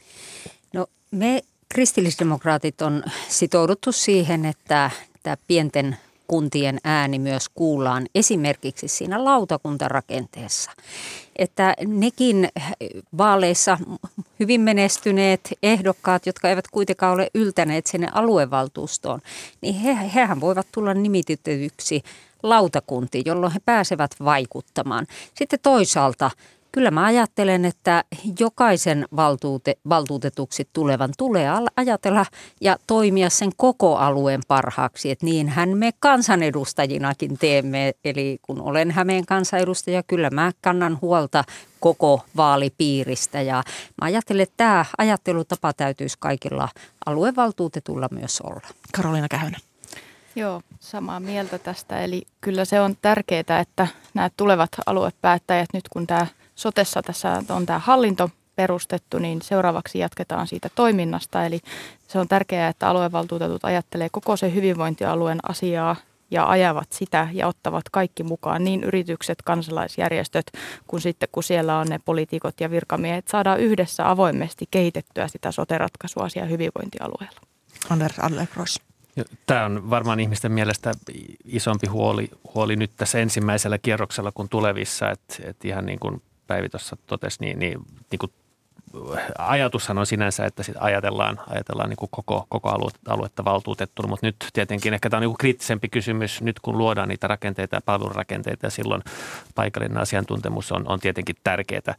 J: No, me kristillisdemokraatit on sitouduttu siihen, että tämä pienten kuntien ääni myös kuullaan esimerkiksi siinä lautakuntarakenteessa. Että nekin vaaleissa hyvin menestyneet ehdokkaat, jotka eivät kuitenkaan ole yltäneet sinne aluevaltuustoon, niin hehän voivat tulla nimitetyksi lautakuntiin, jolloin he pääsevät vaikuttamaan. Sitten toisaalta kyllä mä ajattelen, että jokaisen valtuutetuksi tulevan tulee ajatella ja toimia sen koko alueen parhaaksi. Että niinhän me kansanedustajinakin teemme. Eli kun olen Hämeen kansanedustaja, kyllä mä kannan huolta koko vaalipiiristä. Ja mä ajattelen, että tämä ajattelutapa täytyisi kaikilla aluevaltuutetulla myös olla.
B: Karoliina Kähönen.
K: Joo, samaa mieltä tästä. Eli kyllä se on tärkeää, että nämä tulevat aluepäättäjät, nyt kun tämä sotessa tässä on tämä hallinto perustettu, niin seuraavaksi jatketaan siitä toiminnasta. Eli se on tärkeää, että aluevaltuutetut ajattelee koko se hyvinvointialueen asiaa ja ajavat sitä ja ottavat kaikki mukaan, niin yritykset, kansalaisjärjestöt, kuin sitten kun siellä on ne poliitikot ja virkamiehet, saadaan yhdessä avoimesti kehitettyä sitä sote-ratkaisua siellä hyvinvointialueella.
B: Anders Adlercreutz.
L: Tämä on varmaan ihmisten mielestä isompi huoli nyt tässä ensimmäisellä kierroksella kuin tulevissa, että ihan niin kuin Päivi tuossa totesi, niin kuin ajatushan on sinänsä, että sit ajatellaan niin kuin koko aluetta valtuutettuna, mutta nyt tietenkin ehkä tämä on niin kuin kriittisempi kysymys nyt, kun luodaan niitä rakenteita ja palvelurakenteita ja silloin paikallinen asiantuntemus on tietenkin tärkeää.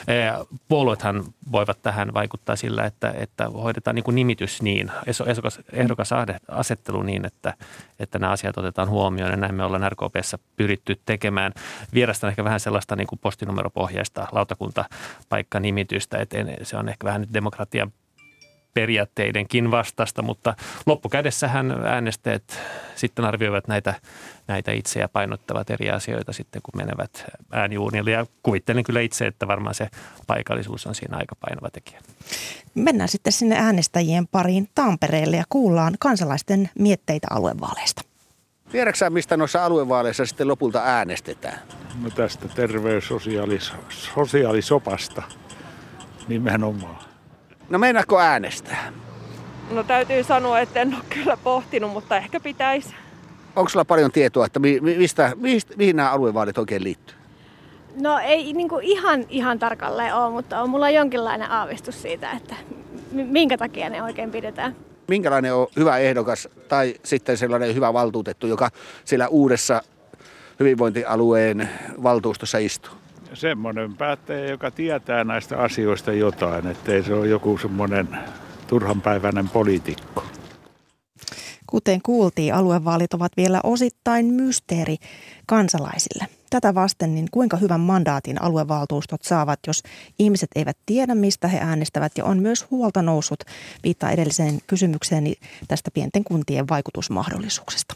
L: Puolueethan voivat tähän vaikuttaa sillä, että hoidetaan niin kuin nimitys niin, ehdokasasettelu niin, että nämä asiat otetaan huomioon ja näin me ollaan RKP:ssä pyritty tekemään. Vierastan ehkä vähän sellaista niin kuin postinumeropohjaista lautakuntapaikkanimitystä, että se on ehkä vähän nyt demokratian periaatteidenkin vastasta, mutta loppukädessähän äänestäjät sitten arvioivat näitä itse ja painottavat eri asioita sitten, kun menevät ääniuurnille. Ja kuvittelen kyllä itse, että varmaan se paikallisuus on siinä aika painava tekijä.
B: Mennään sitten sinne äänestäjien pariin Tampereelle ja kuullaan kansalaisten mietteitä aluevaaleista.
M: Tiedätkö mistä noissa aluevaaleissa sitten lopulta äänestetään?
N: No tästä terveyssosiaalisopasta nimenomaan.
M: No meinaatko äänestää?
O: No täytyy sanoa, että en ole kyllä pohtinut, mutta ehkä pitäisi.
M: Onko sulla paljon tietoa, että mihin nämä aluevaalit oikein liittyy?
P: No ei niin kuin ihan tarkalleen ole, mutta on mulla jonkinlainen aavistus siitä, että minkä takia ne oikein pidetään.
M: Minkälainen on hyvä ehdokas tai sitten sellainen hyvä valtuutettu, joka siellä uudessa hyvinvointialueen valtuustossa istuu?
N: Semmoinen päättäjä, joka tietää näistä asioista jotain, ettei se ole joku semmoinen turhanpäiväinen poliitikko.
B: Kuten kuultiin, aluevaalit ovat vielä osittain mysteeri kansalaisille. Tätä vasten, niin kuinka hyvän mandaatin aluevaltuustot saavat, jos ihmiset eivät tiedä, mistä he äänestävät, ja on myös huolta noussut, viittaa edelliseen kysymykseen tästä pienten kuntien vaikutusmahdollisuuksista.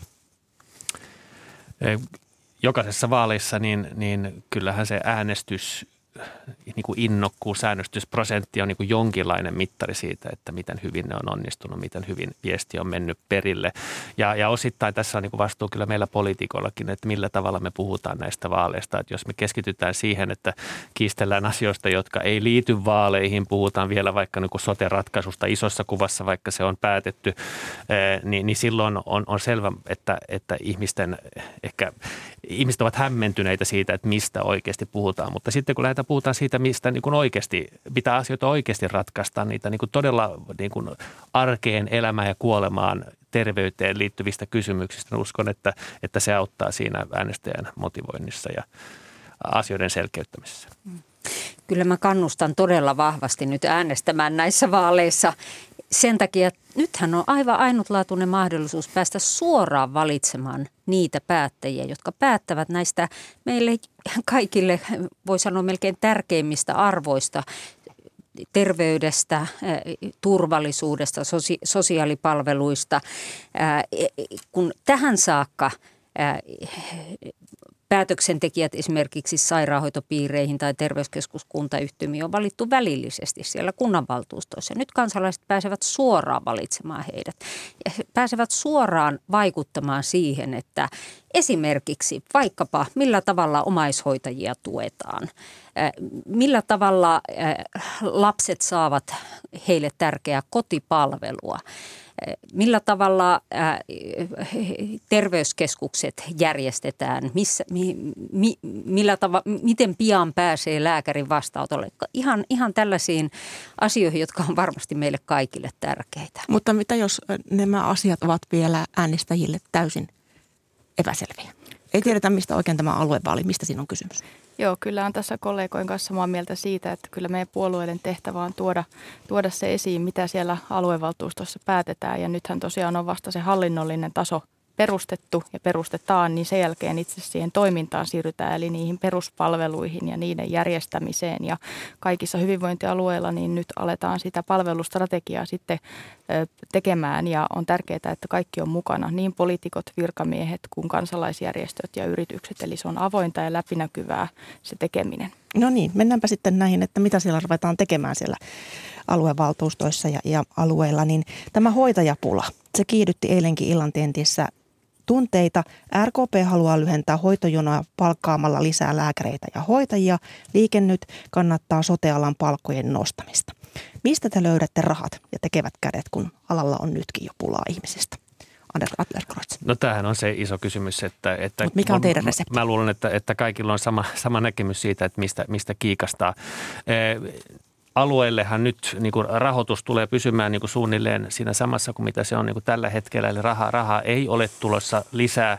L: Jokaisessa vaaleissa niin kyllähän se äänestys, niin kuin innokkuus, äänestysprosentti on niin kuin jonkinlainen mittari siitä, että miten hyvin ne on onnistunut, miten hyvin viesti on mennyt perille. Ja osittain tässä on niin kuin vastuu kyllä meillä poliitikoillakin, että millä tavalla me puhutaan näistä vaaleista. Että jos me keskitytään siihen, että kiistellään asioista, jotka ei liity vaaleihin, puhutaan vielä vaikka niin kuin sote-ratkaisusta isossa kuvassa, vaikka se on päätetty, niin silloin on selvä, että ihmiset ovat hämmentyneitä siitä, että mistä oikeasti puhutaan. Mutta sitten kun lähdetään puhutaan siitä, mistä niin kuin oikeasti, mitä asioita oikeasti ratkaistaan, niitä niin kuin todella niin kuin arkeen, elämään ja kuolemaan, terveyteen liittyvistä kysymyksistä. Uskon, että se auttaa siinä äänestäjän motivoinnissa ja asioiden selkeyttämisessä.
J: Kyllä mä kannustan todella vahvasti nyt äänestämään näissä vaaleissa sen takia, että nythän on aivan ainutlaatuinen mahdollisuus päästä suoraan valitsemaan niitä päättäjiä, jotka päättävät näistä meille kaikille, voi sanoa melkein tärkeimmistä arvoista, terveydestä, turvallisuudesta, sosiaalipalveluista. Kun tähän saakka päätöksentekijät esimerkiksi sairaanhoitopiireihin tai terveyskeskuskuntayhtymiin on valittu välillisesti siellä kunnanvaltuustoissa. Nyt kansalaiset pääsevät suoraan valitsemaan heidät ja he pääsevät suoraan vaikuttamaan siihen, että esimerkiksi vaikkapa millä tavalla omaishoitajia tuetaan, millä tavalla lapset saavat heille tärkeää kotipalvelua, millä tavalla terveyskeskukset järjestetään, miten pian pääsee lääkärin vastaanotolle. Ihan tällaisiin asioihin, jotka on varmasti meille kaikille tärkeitä.
B: Mutta mitä jos nämä asiat ovat vielä äänestäjille täysin epäselviä? Ei tiedetä, mistä oikein tämä aluevaali, mistä siinä on kysymys.
K: Joo, kyllä on tässä kollegojen kanssa samaa mieltä siitä, että kyllä meidän puolueiden tehtävä on tuoda se esiin, mitä siellä aluevaltuustossa päätetään. Ja nythän tosiaan on vasta se hallinnollinen taso perustettu ja perustetaan, niin sen jälkeen itse siihen toimintaan siirrytään, eli niihin peruspalveluihin ja niiden järjestämiseen. Ja kaikissa hyvinvointialueilla niin nyt aletaan sitä palvelustrategiaa sitten tekemään, ja on tärkeää, että kaikki on mukana, niin poliitikot, virkamiehet kuin kansalaisjärjestöt ja yritykset, eli se on avointa ja läpinäkyvää se tekeminen.
B: No niin, mennäänpä sitten näihin, että mitä siellä ruvetaan tekemään siellä aluevaltuustoissa ja alueilla, niin tämä hoitajapula, se kiihdytti eilenkin illan tentissä tunteita. RKP haluaa lyhentää hoitojonoa palkkaamalla lisää lääkäreitä ja hoitajia. Liike Nyt kannattaa sote-alan palkkojen nostamista. Mistä te löydätte rahat ja tekevät kädet, kun alalla on nytkin jo pulaa ihmisistä? Anders Adlercreutz.
L: No tämähän on se iso kysymys, että
B: mikä on teidän resepti?
L: Mä luulen, että kaikilla on sama näkemys siitä, että mistä kiikastaa. Alueillehan nyt niin kuin rahoitus tulee pysymään niin kuin suunnilleen siinä samassa kuin mitä se on niin kuin tällä hetkellä. Eli rahaa ei ole tulossa lisää.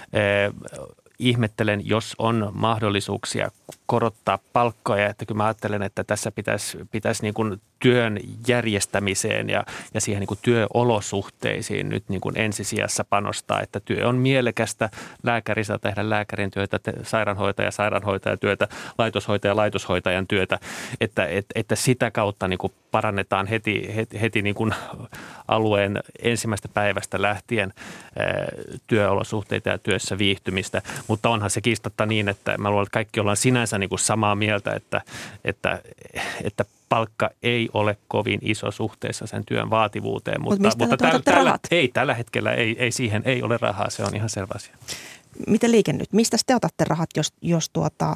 L: Ihmettelen, jos on mahdollisuuksia korottaa palkkoja. Että kyllä mä ajattelen, että tässä pitäisi niin kuin työn järjestämiseen ja siihen niin kuin työolosuhteisiin nyt niin kuin ensisijassa panostaa, että työ on mielekästä. Lääkäri saa tehdä lääkärin työtä, sairaanhoitaja työtä, laitoshoitajan työtä, että sitä kautta niin kuin parannetaan heti niin kuin alueen ensimmäistä päivästä lähtien työolosuhteita ja työssä viihtymistä. Mutta onhan se kiistatta niin, että mä luulen, että kaikki ollaan sinänsä niin kuin samaa mieltä, että palkka ei ole kovin iso suhteessa sen työn vaativuuteen, mutta tällä hetkellä siihen ei ole rahaa, se on ihan selvä asia.
B: Miten Liike Nyt? Mistä te otatte rahat, jos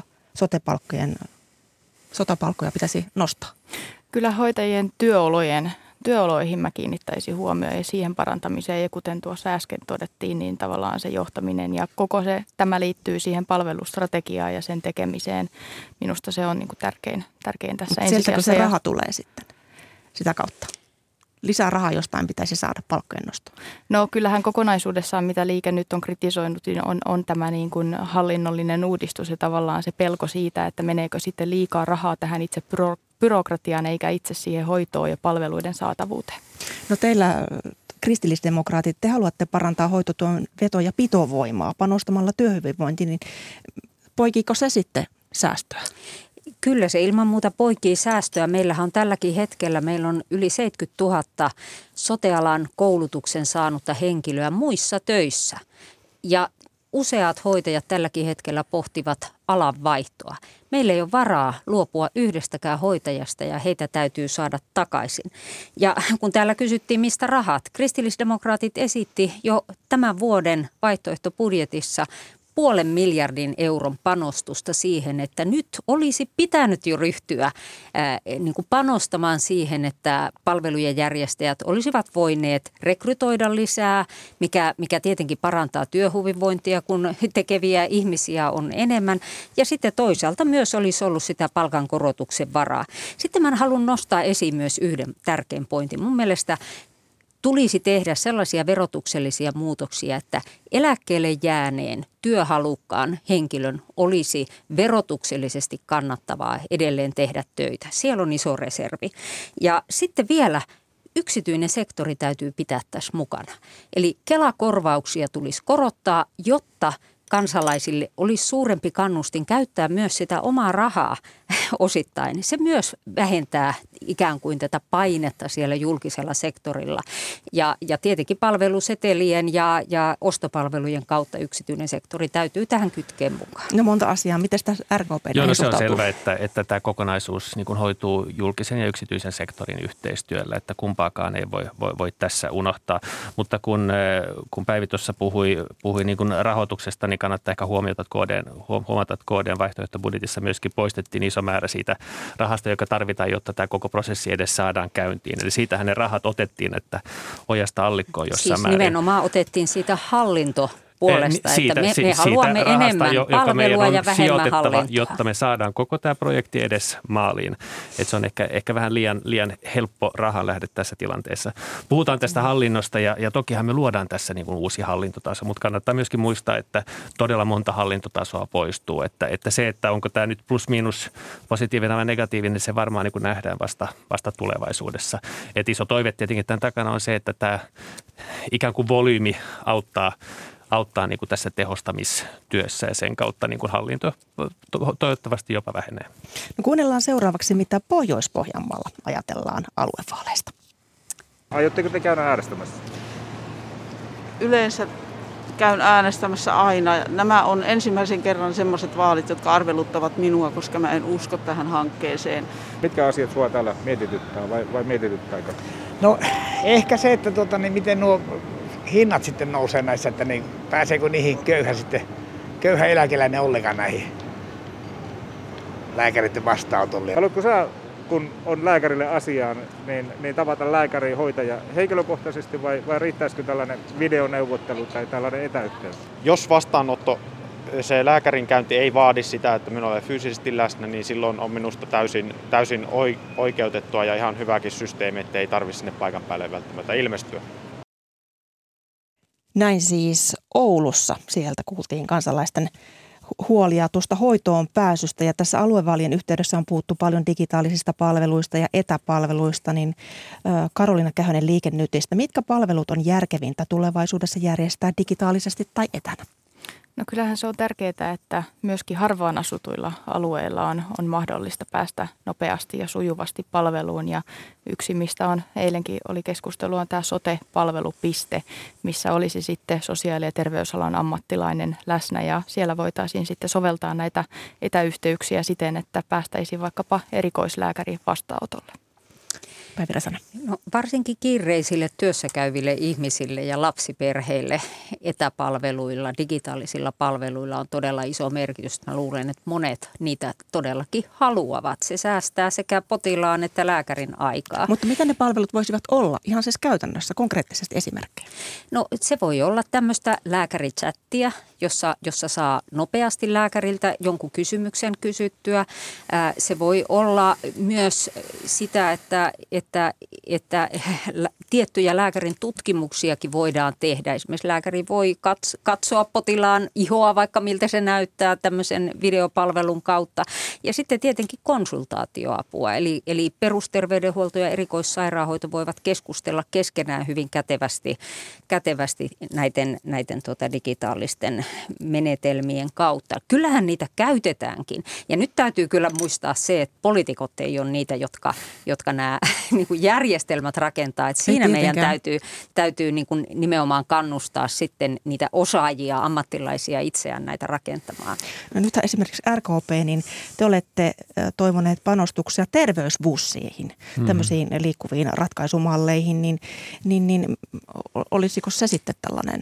B: sotapalkkoja pitäisi nostaa?
K: Kyllä hoitajien työoloihin mä kiinnittäisin huomioon ja siihen parantamiseen. Ja kuten tuossa äsken todettiin, niin tavallaan se johtaminen ja tämä liittyy siihen palvelustrategiaan ja sen tekemiseen. Minusta se on niin kuin tärkein tässä ensisijassa.
B: Sieltäkö se raha tulee sitten sitä kautta? Lisää rahaa jostain pitäisi saada palkkojen nostoon.
K: No kyllähän kokonaisuudessaan, mitä Liike Nyt on kritisoinut, niin on tämä niin kuin hallinnollinen uudistus ja tavallaan se pelko siitä, että meneekö sitten liikaa rahaa tähän itse byrokratiaan eikä itse siihen hoitoon ja palveluiden saatavuuteen.
B: No teillä kristillisdemokraatit, te haluatte parantaa hoitotyön veto- ja pitovoimaa panostamalla työhyvinvointiin, niin poikiiko se sitten säästöä?
J: Kyllä se ilman muuta poikii säästöä. Meillähän on tälläkin hetkellä, meillä on yli 70 000 sote-alan koulutuksen saanutta henkilöä muissa töissä. Ja useat hoitajat tälläkin hetkellä pohtivat alan vaihtoa. Meillä ei ole varaa luopua yhdestäkään hoitajasta ja heitä täytyy saada takaisin. Ja kun täällä kysyttiin, mistä rahat, kristillisdemokraatit esitti jo tämän vuoden vaihtoehtobudjetissa 500 miljardin euron panostusta siihen, että nyt olisi pitänyt jo ryhtyä niin kuin panostamaan siihen, että palvelujen järjestäjät olisivat voineet rekrytoida lisää, mikä tietenkin parantaa työhyvinvointia, kun tekeviä ihmisiä on enemmän. Ja sitten toisaalta myös olisi ollut sitä palkankorotuksen varaa. Sitten mä haluan nostaa esiin myös yhden tärkeän pointin. Mun mielestä tulisi tehdä sellaisia verotuksellisia muutoksia, että eläkkeelle jääneen työhalukkaan henkilön olisi verotuksellisesti kannattavaa edelleen tehdä töitä. Siellä on iso reservi. Ja sitten vielä yksityinen sektori täytyy pitää tässä mukana. Eli Kela-korvauksia tulisi korottaa, jotta kansalaisille olisi suurempi kannustin käyttää myös sitä omaa rahaa osittain. Se myös vähentää ikään kuin tätä painetta siellä julkisella sektorilla. Ja tietenkin palvelusetelien ja ostopalvelujen kautta yksityinen sektori täytyy tähän kytkeen mukaan.
B: No monta asiaa. Miten sitä RKP
L: Joo, no se on selvä, että tämä kokonaisuus niin kuin hoituu julkisen ja yksityisen sektorin yhteistyöllä, että kumpaakaan ei voi tässä unohtaa. Mutta kun Päivi tuossa puhui niin kuin rahoituksesta, niin kannattaa ehkä huomata, että KD:n vaihtoehtobudjetissa myöskin poistettiin iso määrä siitä rahasta, joka tarvitaan, jotta tämä koko prosessi edes saadaan käyntiin. Eli siitähän ne rahat otettiin, että ojasta allikkoon jossain määrin.
J: Nimenomaan otettiin siitä puolesta, että me haluamme enemmän palvelua ja vähemmän hallintoa.
L: Jotta me saadaan koko tämä projekti edes maaliin. Että se on ehkä vähän liian helppo rahanlähde tässä tilanteessa. Puhutaan tästä hallinnosta ja tokihan me luodaan tässä niin kuin uusi hallintotaso, mutta kannattaa myöskin muistaa, että todella monta hallintotasoa poistuu. Että se, että onko tämä nyt plus miinus positiivinen vai negatiivinen, se varmaan niin kuin nähdään vasta tulevaisuudessa. Et iso toive tietenkin tämän takana on se, että tämä ikään kuin volyymi auttaa niin kuin tässä tehostamistyössä ja sen kautta niin kuin hallinto toivottavasti jopa vähenee.
B: No kuunnellaan seuraavaksi, mitä Pohjois-Pohjanmaalla ajatellaan aluevaaleista.
Q: Aiotteko te käydä äänestämässä?
R: Yleensä käyn äänestämässä aina. Nämä on ensimmäisen kerran sellaiset vaalit, jotka arveluttavat minua, koska mä en usko tähän hankkeeseen.
Q: Mitkä asiat sua täällä mietityttää vai mietityttääkö?
S: No ehkä se, että miten nuo hinnat sitten nousee näissä, että niin pääseekö niihin köyhä eläkeläinen ollenkaan näihin lääkäreiden vastaanotolle.
Q: Haluatko sä, kun on lääkärille asiaan, niin tavata lääkäri, hoitaja henkilökohtaisesti vai riittäisikö tällainen videoneuvottelu tai tällainen etäyhteys?
T: Jos vastaanotto, se lääkärin käynti ei vaadi sitä, että minä olen fyysisesti läsnä, niin silloin on minusta täysin oikeutettua ja ihan hyväkin systeemi, että ei tarvitse sinne paikan päälle välttämättä ilmestyä.
B: Näin siis Oulussa. Sieltä kuultiin kansalaisten huolia tuosta hoitoon pääsystä ja tässä aluevaalien yhteydessä on puhuttu paljon digitaalisista palveluista ja etäpalveluista, niin Karoliina Kähönen Liike Nytistä. Mitkä palvelut on järkevintä tulevaisuudessa järjestää digitaalisesti tai etänä?
K: No kyllähän se on tärkeää, että myöskin harvaan asutuilla alueilla on mahdollista päästä nopeasti ja sujuvasti palveluun. Ja yksi, mistä eilenkin oli keskustelua, on tämä sote-palvelupiste, missä olisi sitten sosiaali- ja terveysalan ammattilainen läsnä. Ja siellä voitaisiin sitten soveltaa näitä etäyhteyksiä siten, että päästäisiin vaikkapa erikoislääkärin vastaanotolle.
B: Päivi Räsänen.
J: No, varsinkin kiireisille työssäkäyville ihmisille ja lapsiperheille etäpalveluilla, digitaalisilla palveluilla on todella iso merkitys. Mä luulen, että monet niitä todellakin haluavat. Se säästää sekä potilaan että lääkärin aikaa.
B: Mutta mitä ne palvelut voisivat olla ihan siis käytännössä, konkreettisesti esimerkkejä?
J: No se voi olla tämmöistä lääkärichattia, jossa saa nopeasti lääkäriltä jonkun kysymyksen kysyttyä. Se voi olla myös sitä, että tiettyjä lääkärin tutkimuksiakin voidaan tehdä. Esimerkiksi lääkäri voi katsoa potilaan ihoa, vaikka miltä se näyttää tämmöisen videopalvelun kautta. Ja sitten tietenkin konsultaatioapua, eli perusterveydenhuolto ja erikoissairaanhoito voivat keskustella keskenään hyvin kätevästi näiden digitaalisten menetelmien kautta. Kyllähän niitä käytetäänkin. Ja nyt täytyy kyllä muistaa se, että poliitikot ei ole niitä, jotka nämä niin kuin järjestelmät rakentaa. Että siinä meidän täytyy niin kuin nimenomaan kannustaa sitten niitä osaajia, ammattilaisia itseään näitä rakentamaan.
B: No nyt esimerkiksi RKP, niin te olette toivoneet panostuksia terveysbusseihin, tämmöisiin liikkuviin ratkaisumalleihin, niin olisiko se sitten tällainen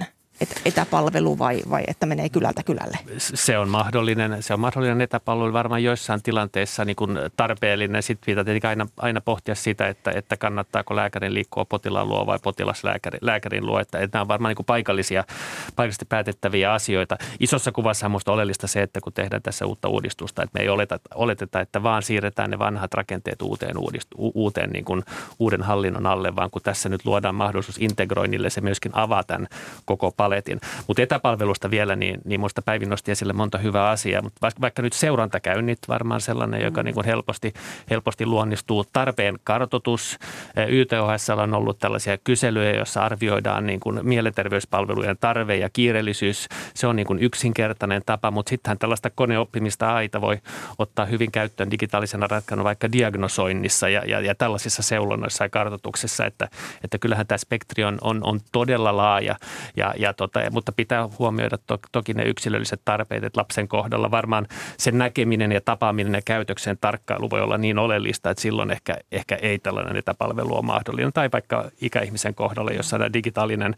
B: etäpalvelu vai että menee kylältä kylälle?
L: Se on mahdollinen etäpalvelu varmaan joissain tilanteissa niin kuin tarpeellinen. Sitten pitää tietenkin aina pohtia sitä, että kannattaako lääkärin liikkua potilaan luo vai potilas lääkärin luo. Että nämä on varmaan niin kuin paikallisesti päätettäviä asioita. Isossa kuvassa on minusta oleellista se, että kun tehdään tässä uutta uudistusta, että me ei oleteta, että vaan siirretään ne vanhat rakenteet uuteen niin kuin uuden hallinnon alle, vaan kun tässä nyt luodaan mahdollisuus integroinnille, se myöskin avaa tämän koko paletin. Mutta etäpalvelusta vielä, niin minusta Päivi nosti esille monta hyvää asiaa, mutta vaikka nyt seurantakäynnit varmaan sellainen, joka niin kuin helposti luonnistuu. Tarpeen kartoitus. YTHS:llä on ollut tällaisia kyselyjä, joissa arvioidaan niin kuin mielenterveyspalvelujen tarve ja kiireellisyys. Se on niin kuin yksinkertainen tapa, mutta sittenhän tällaista koneoppimista aita voi ottaa hyvin käyttöön digitaalisena ratkaisuna vaikka diagnosoinnissa ja tällaisissa seulonnoissa ja kartoituksissa, että kyllähän tämä spektri on todella laaja, mutta pitää huomioida toki ne yksilölliset tarpeet, että lapsen kohdalla varmaan sen näkeminen ja tapaaminen ja käytöksen tarkkailu voi olla niin oleellista, että silloin ehkä ei tällainen etäpalvelu ole mahdollinen. Tai vaikka ikäihmisen kohdalla, jossa tämä digitaalinen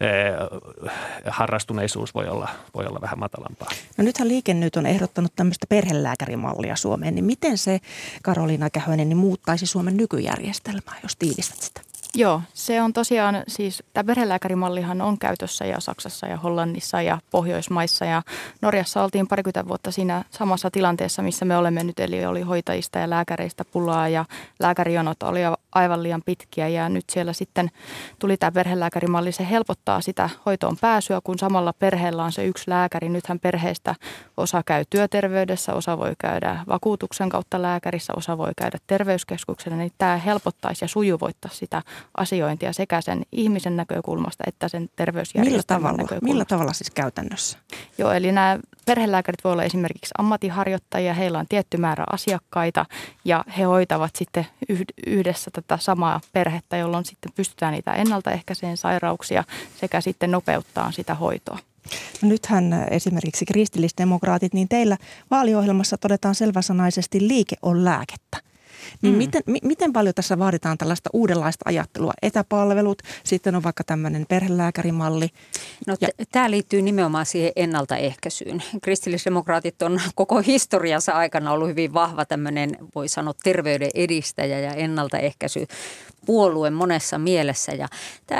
L: harrastuneisuus voi olla vähän matalampaa.
B: No nythän Liike Nyt on ehdottanut tämmöistä perhelääkärimallia Suomeen, niin miten se, Karoliina Kähönen, niin muuttaisi Suomen nykyjärjestelmää, jos tiivistät sitä?
K: Joo, se on tosiaan siis, tämä perhelääkärimallihan on käytössä ja Saksassa ja Hollannissa ja Pohjoismaissa ja Norjassa oltiin parikymmentä vuotta siinä samassa tilanteessa, missä me olemme nyt, eli oli hoitajista ja lääkäreistä pulaa ja lääkärijonot oli aivan liian pitkiä ja nyt siellä sitten tuli tämä perhelääkärimalli, se helpottaa sitä hoitoon pääsyä, kun samalla perheellä on se yksi lääkäri. Nythän perheestä osa käy työterveydessä, osa voi käydä vakuutuksen kautta lääkärissä, osa voi käydä terveyskeskuksella, niin tämä helpottaisi ja sujuvoittaisi sitä asiointia sekä sen ihmisen näkökulmasta että sen terveysjärjestelmän näkökulmasta.
B: Millä tavalla siis käytännössä?
K: Joo, eli nämä perhelääkärit voi olla esimerkiksi ammatinharjoittajia, heillä on tietty määrä asiakkaita ja he hoitavat sitten yhdessä tätä samaa perhettä, jolloin sitten pystytään niitä ennaltaehkäiseen sairauksia sekä sitten nopeuttaa sitä hoitoa.
B: No nythän esimerkiksi kristillisdemokraatit, niin teillä vaaliohjelmassa todetaan selväsanaisesti liike on lääkettä. Niin miten paljon tässä vaaditaan tällaista uudenlaista ajattelua? Etäpalvelut, sitten on vaikka tämmöinen perhelääkärimalli.
J: No tämä liittyy nimenomaan siihen ennaltaehkäisyyn. Kristillisdemokraatit on koko historiansa aikana ollut hyvin vahva tämmöinen, voi sanoa, terveyden edistäjä ja ennaltaehkäisypuolue monessa mielessä. Ja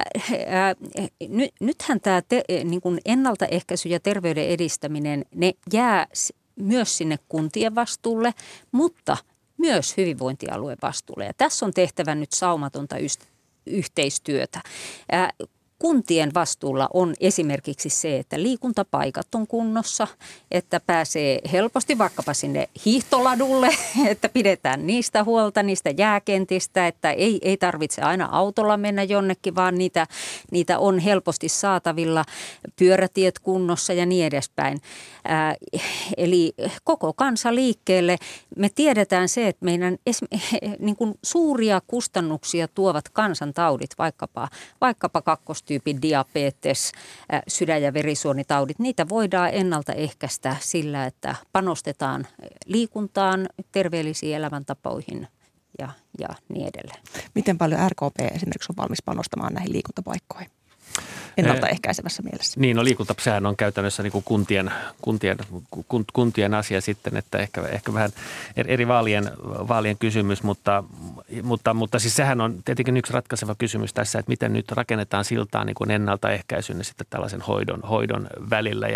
J: nythän tämä niin kuin ennaltaehkäisy ja terveyden edistäminen, ne jää myös sinne kuntien vastuulle, mutta myös hyvinvointialueen vastuulle. Ja tässä on tehtävä nyt saumatonta yhteistyötä. Kuntien vastuulla on esimerkiksi se, että liikuntapaikat on kunnossa, että pääsee helposti vaikkapa sinne hiihtoladulle, että pidetään niistä huolta, niistä jääkentistä, että ei tarvitse aina autolla mennä jonnekin, vaan niitä on helposti saatavilla, pyörätiet kunnossa ja niin edespäin. Eli koko kansa liikkeelle. Me tiedetään se, että meidän niin kuin suuria kustannuksia tuovat kansantaudit, vaikkapa kakkostyypin diabetes, sydän- ja verisuonitaudit, niitä voidaan ennaltaehkäistä sillä, että panostetaan liikuntaan, terveellisiin elämäntapoihin ja niin edelleen.
B: Miten paljon RKP esimerkiksi on valmis panostamaan näihin liikuntapaikkoihin? Ennaltaehkäisevässä mielessä.
L: Niin, no liikuntasehän on käytännössä niin kuin kuntien asia sitten, että ehkä vähän eri vaalien kysymys, mutta siis sehän on tietenkin yksi ratkaiseva kysymys tässä, että miten nyt rakennetaan siltaa niin kuin ennaltaehkäisyn ja sitten tällaisen hoidon välillä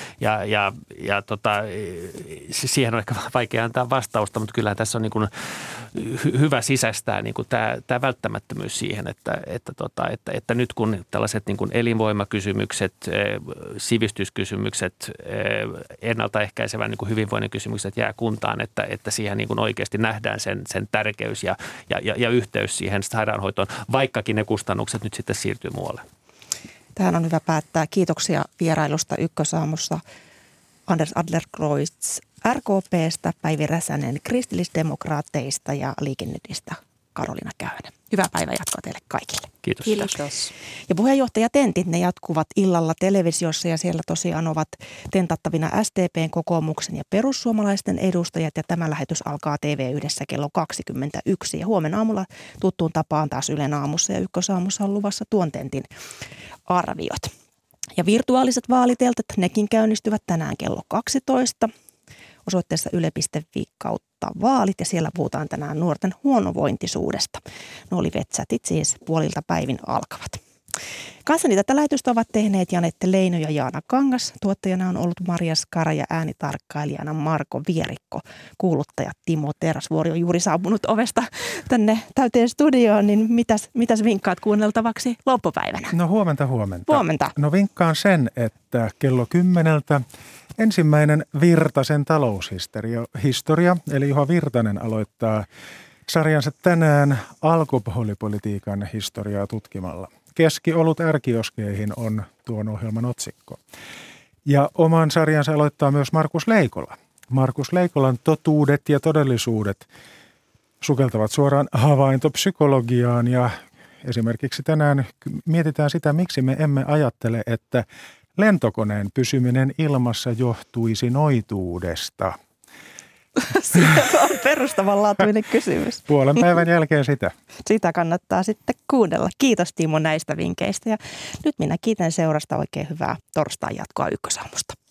L: siihen on ehkä vaikea antaa vastausta, mutta kyllähän tässä on niin kuin hyvä sisäistää niin kuin tämä välttämättömyys siihen, että nyt kun tällaiset niin kuin elinvoimakysymykset, sivistyskysymykset, ennaltaehkäisevän niin kuin hyvinvoinnin kysymykset jää kuntaan, että siihen niin kuin oikeasti nähdään sen tärkeys ja yhteys siihen sairaanhoitoon, vaikkakin ne kustannukset nyt sitten siirtyy muualle.
B: Tähän on hyvä päättää. Kiitoksia vierailusta Ykkösaamussa Anders Adlercreutz RKP:stä, Päivi Räsänen kristillisdemokraatteista ja Liike Nytistä Karoliina Kähönen. Hyvää päivänjatkoa teille kaikille.
L: Kiitos.
J: Kiitos.
B: Ja puheenjohtajatentit, ne jatkuvat illalla televisiossa ja siellä tosiaan ovat tentattavina SDP:n, kokoomuksen ja perussuomalaisten edustajat. Ja tämä lähetys alkaa TV1 kello 21. Ja huomenna aamulla tuttuun tapaan taas Ylen aamussa ja Ykkösaamussa on luvassa tuon tentin arviot. Ja virtuaaliset vaaliteltat, nekin käynnistyvät tänään kello 12 osoitteessa yle.fi/vaalit ja siellä puhutaan tänään nuorten huonovointisuudesta. Live-chatit siis puolilta päivin alkavat. Kanssani tätä lähetystä ovat tehneet Janette Leino ja Jaana Kangas. Tuottajana on ollut Maria Skara ja äänitarkkailijana Marko Vierikko. Kuuluttaja Timo Teräsvuori on juuri saapunut ovesta tänne täyteen studioon. Niin mitäs vinkkaat kuunneltavaksi loppupäivänä?
U: No huomenta.
B: Huomenta.
U: No vinkkaan sen, että kello 10 ensimmäinen Virtasen taloushistoria, eli Juha Virtanen aloittaa sarjansa tänään alkoholipolitiikan historiaa tutkimalla. Keskiolut ärkioskeihin on tuon ohjelman otsikko. Ja oman sarjansa aloittaa myös Markus Leikola. Markus Leikolan totuudet ja todellisuudet sukeltavat suoraan havaintopsykologiaan ja esimerkiksi tänään mietitään sitä, miksi me emme ajattele, että lentokoneen pysyminen ilmassa johtuisi noituudesta.
B: Se on perustavanlaatuinen kysymys.
U: Puolen päivän jälkeen sitä.
B: Sitä kannattaa sitten kuunnella. Kiitos Timo näistä vinkkeistä ja nyt minä kiitän seurasta oikein hyvää torstain jatkoa Ykkösaamusta.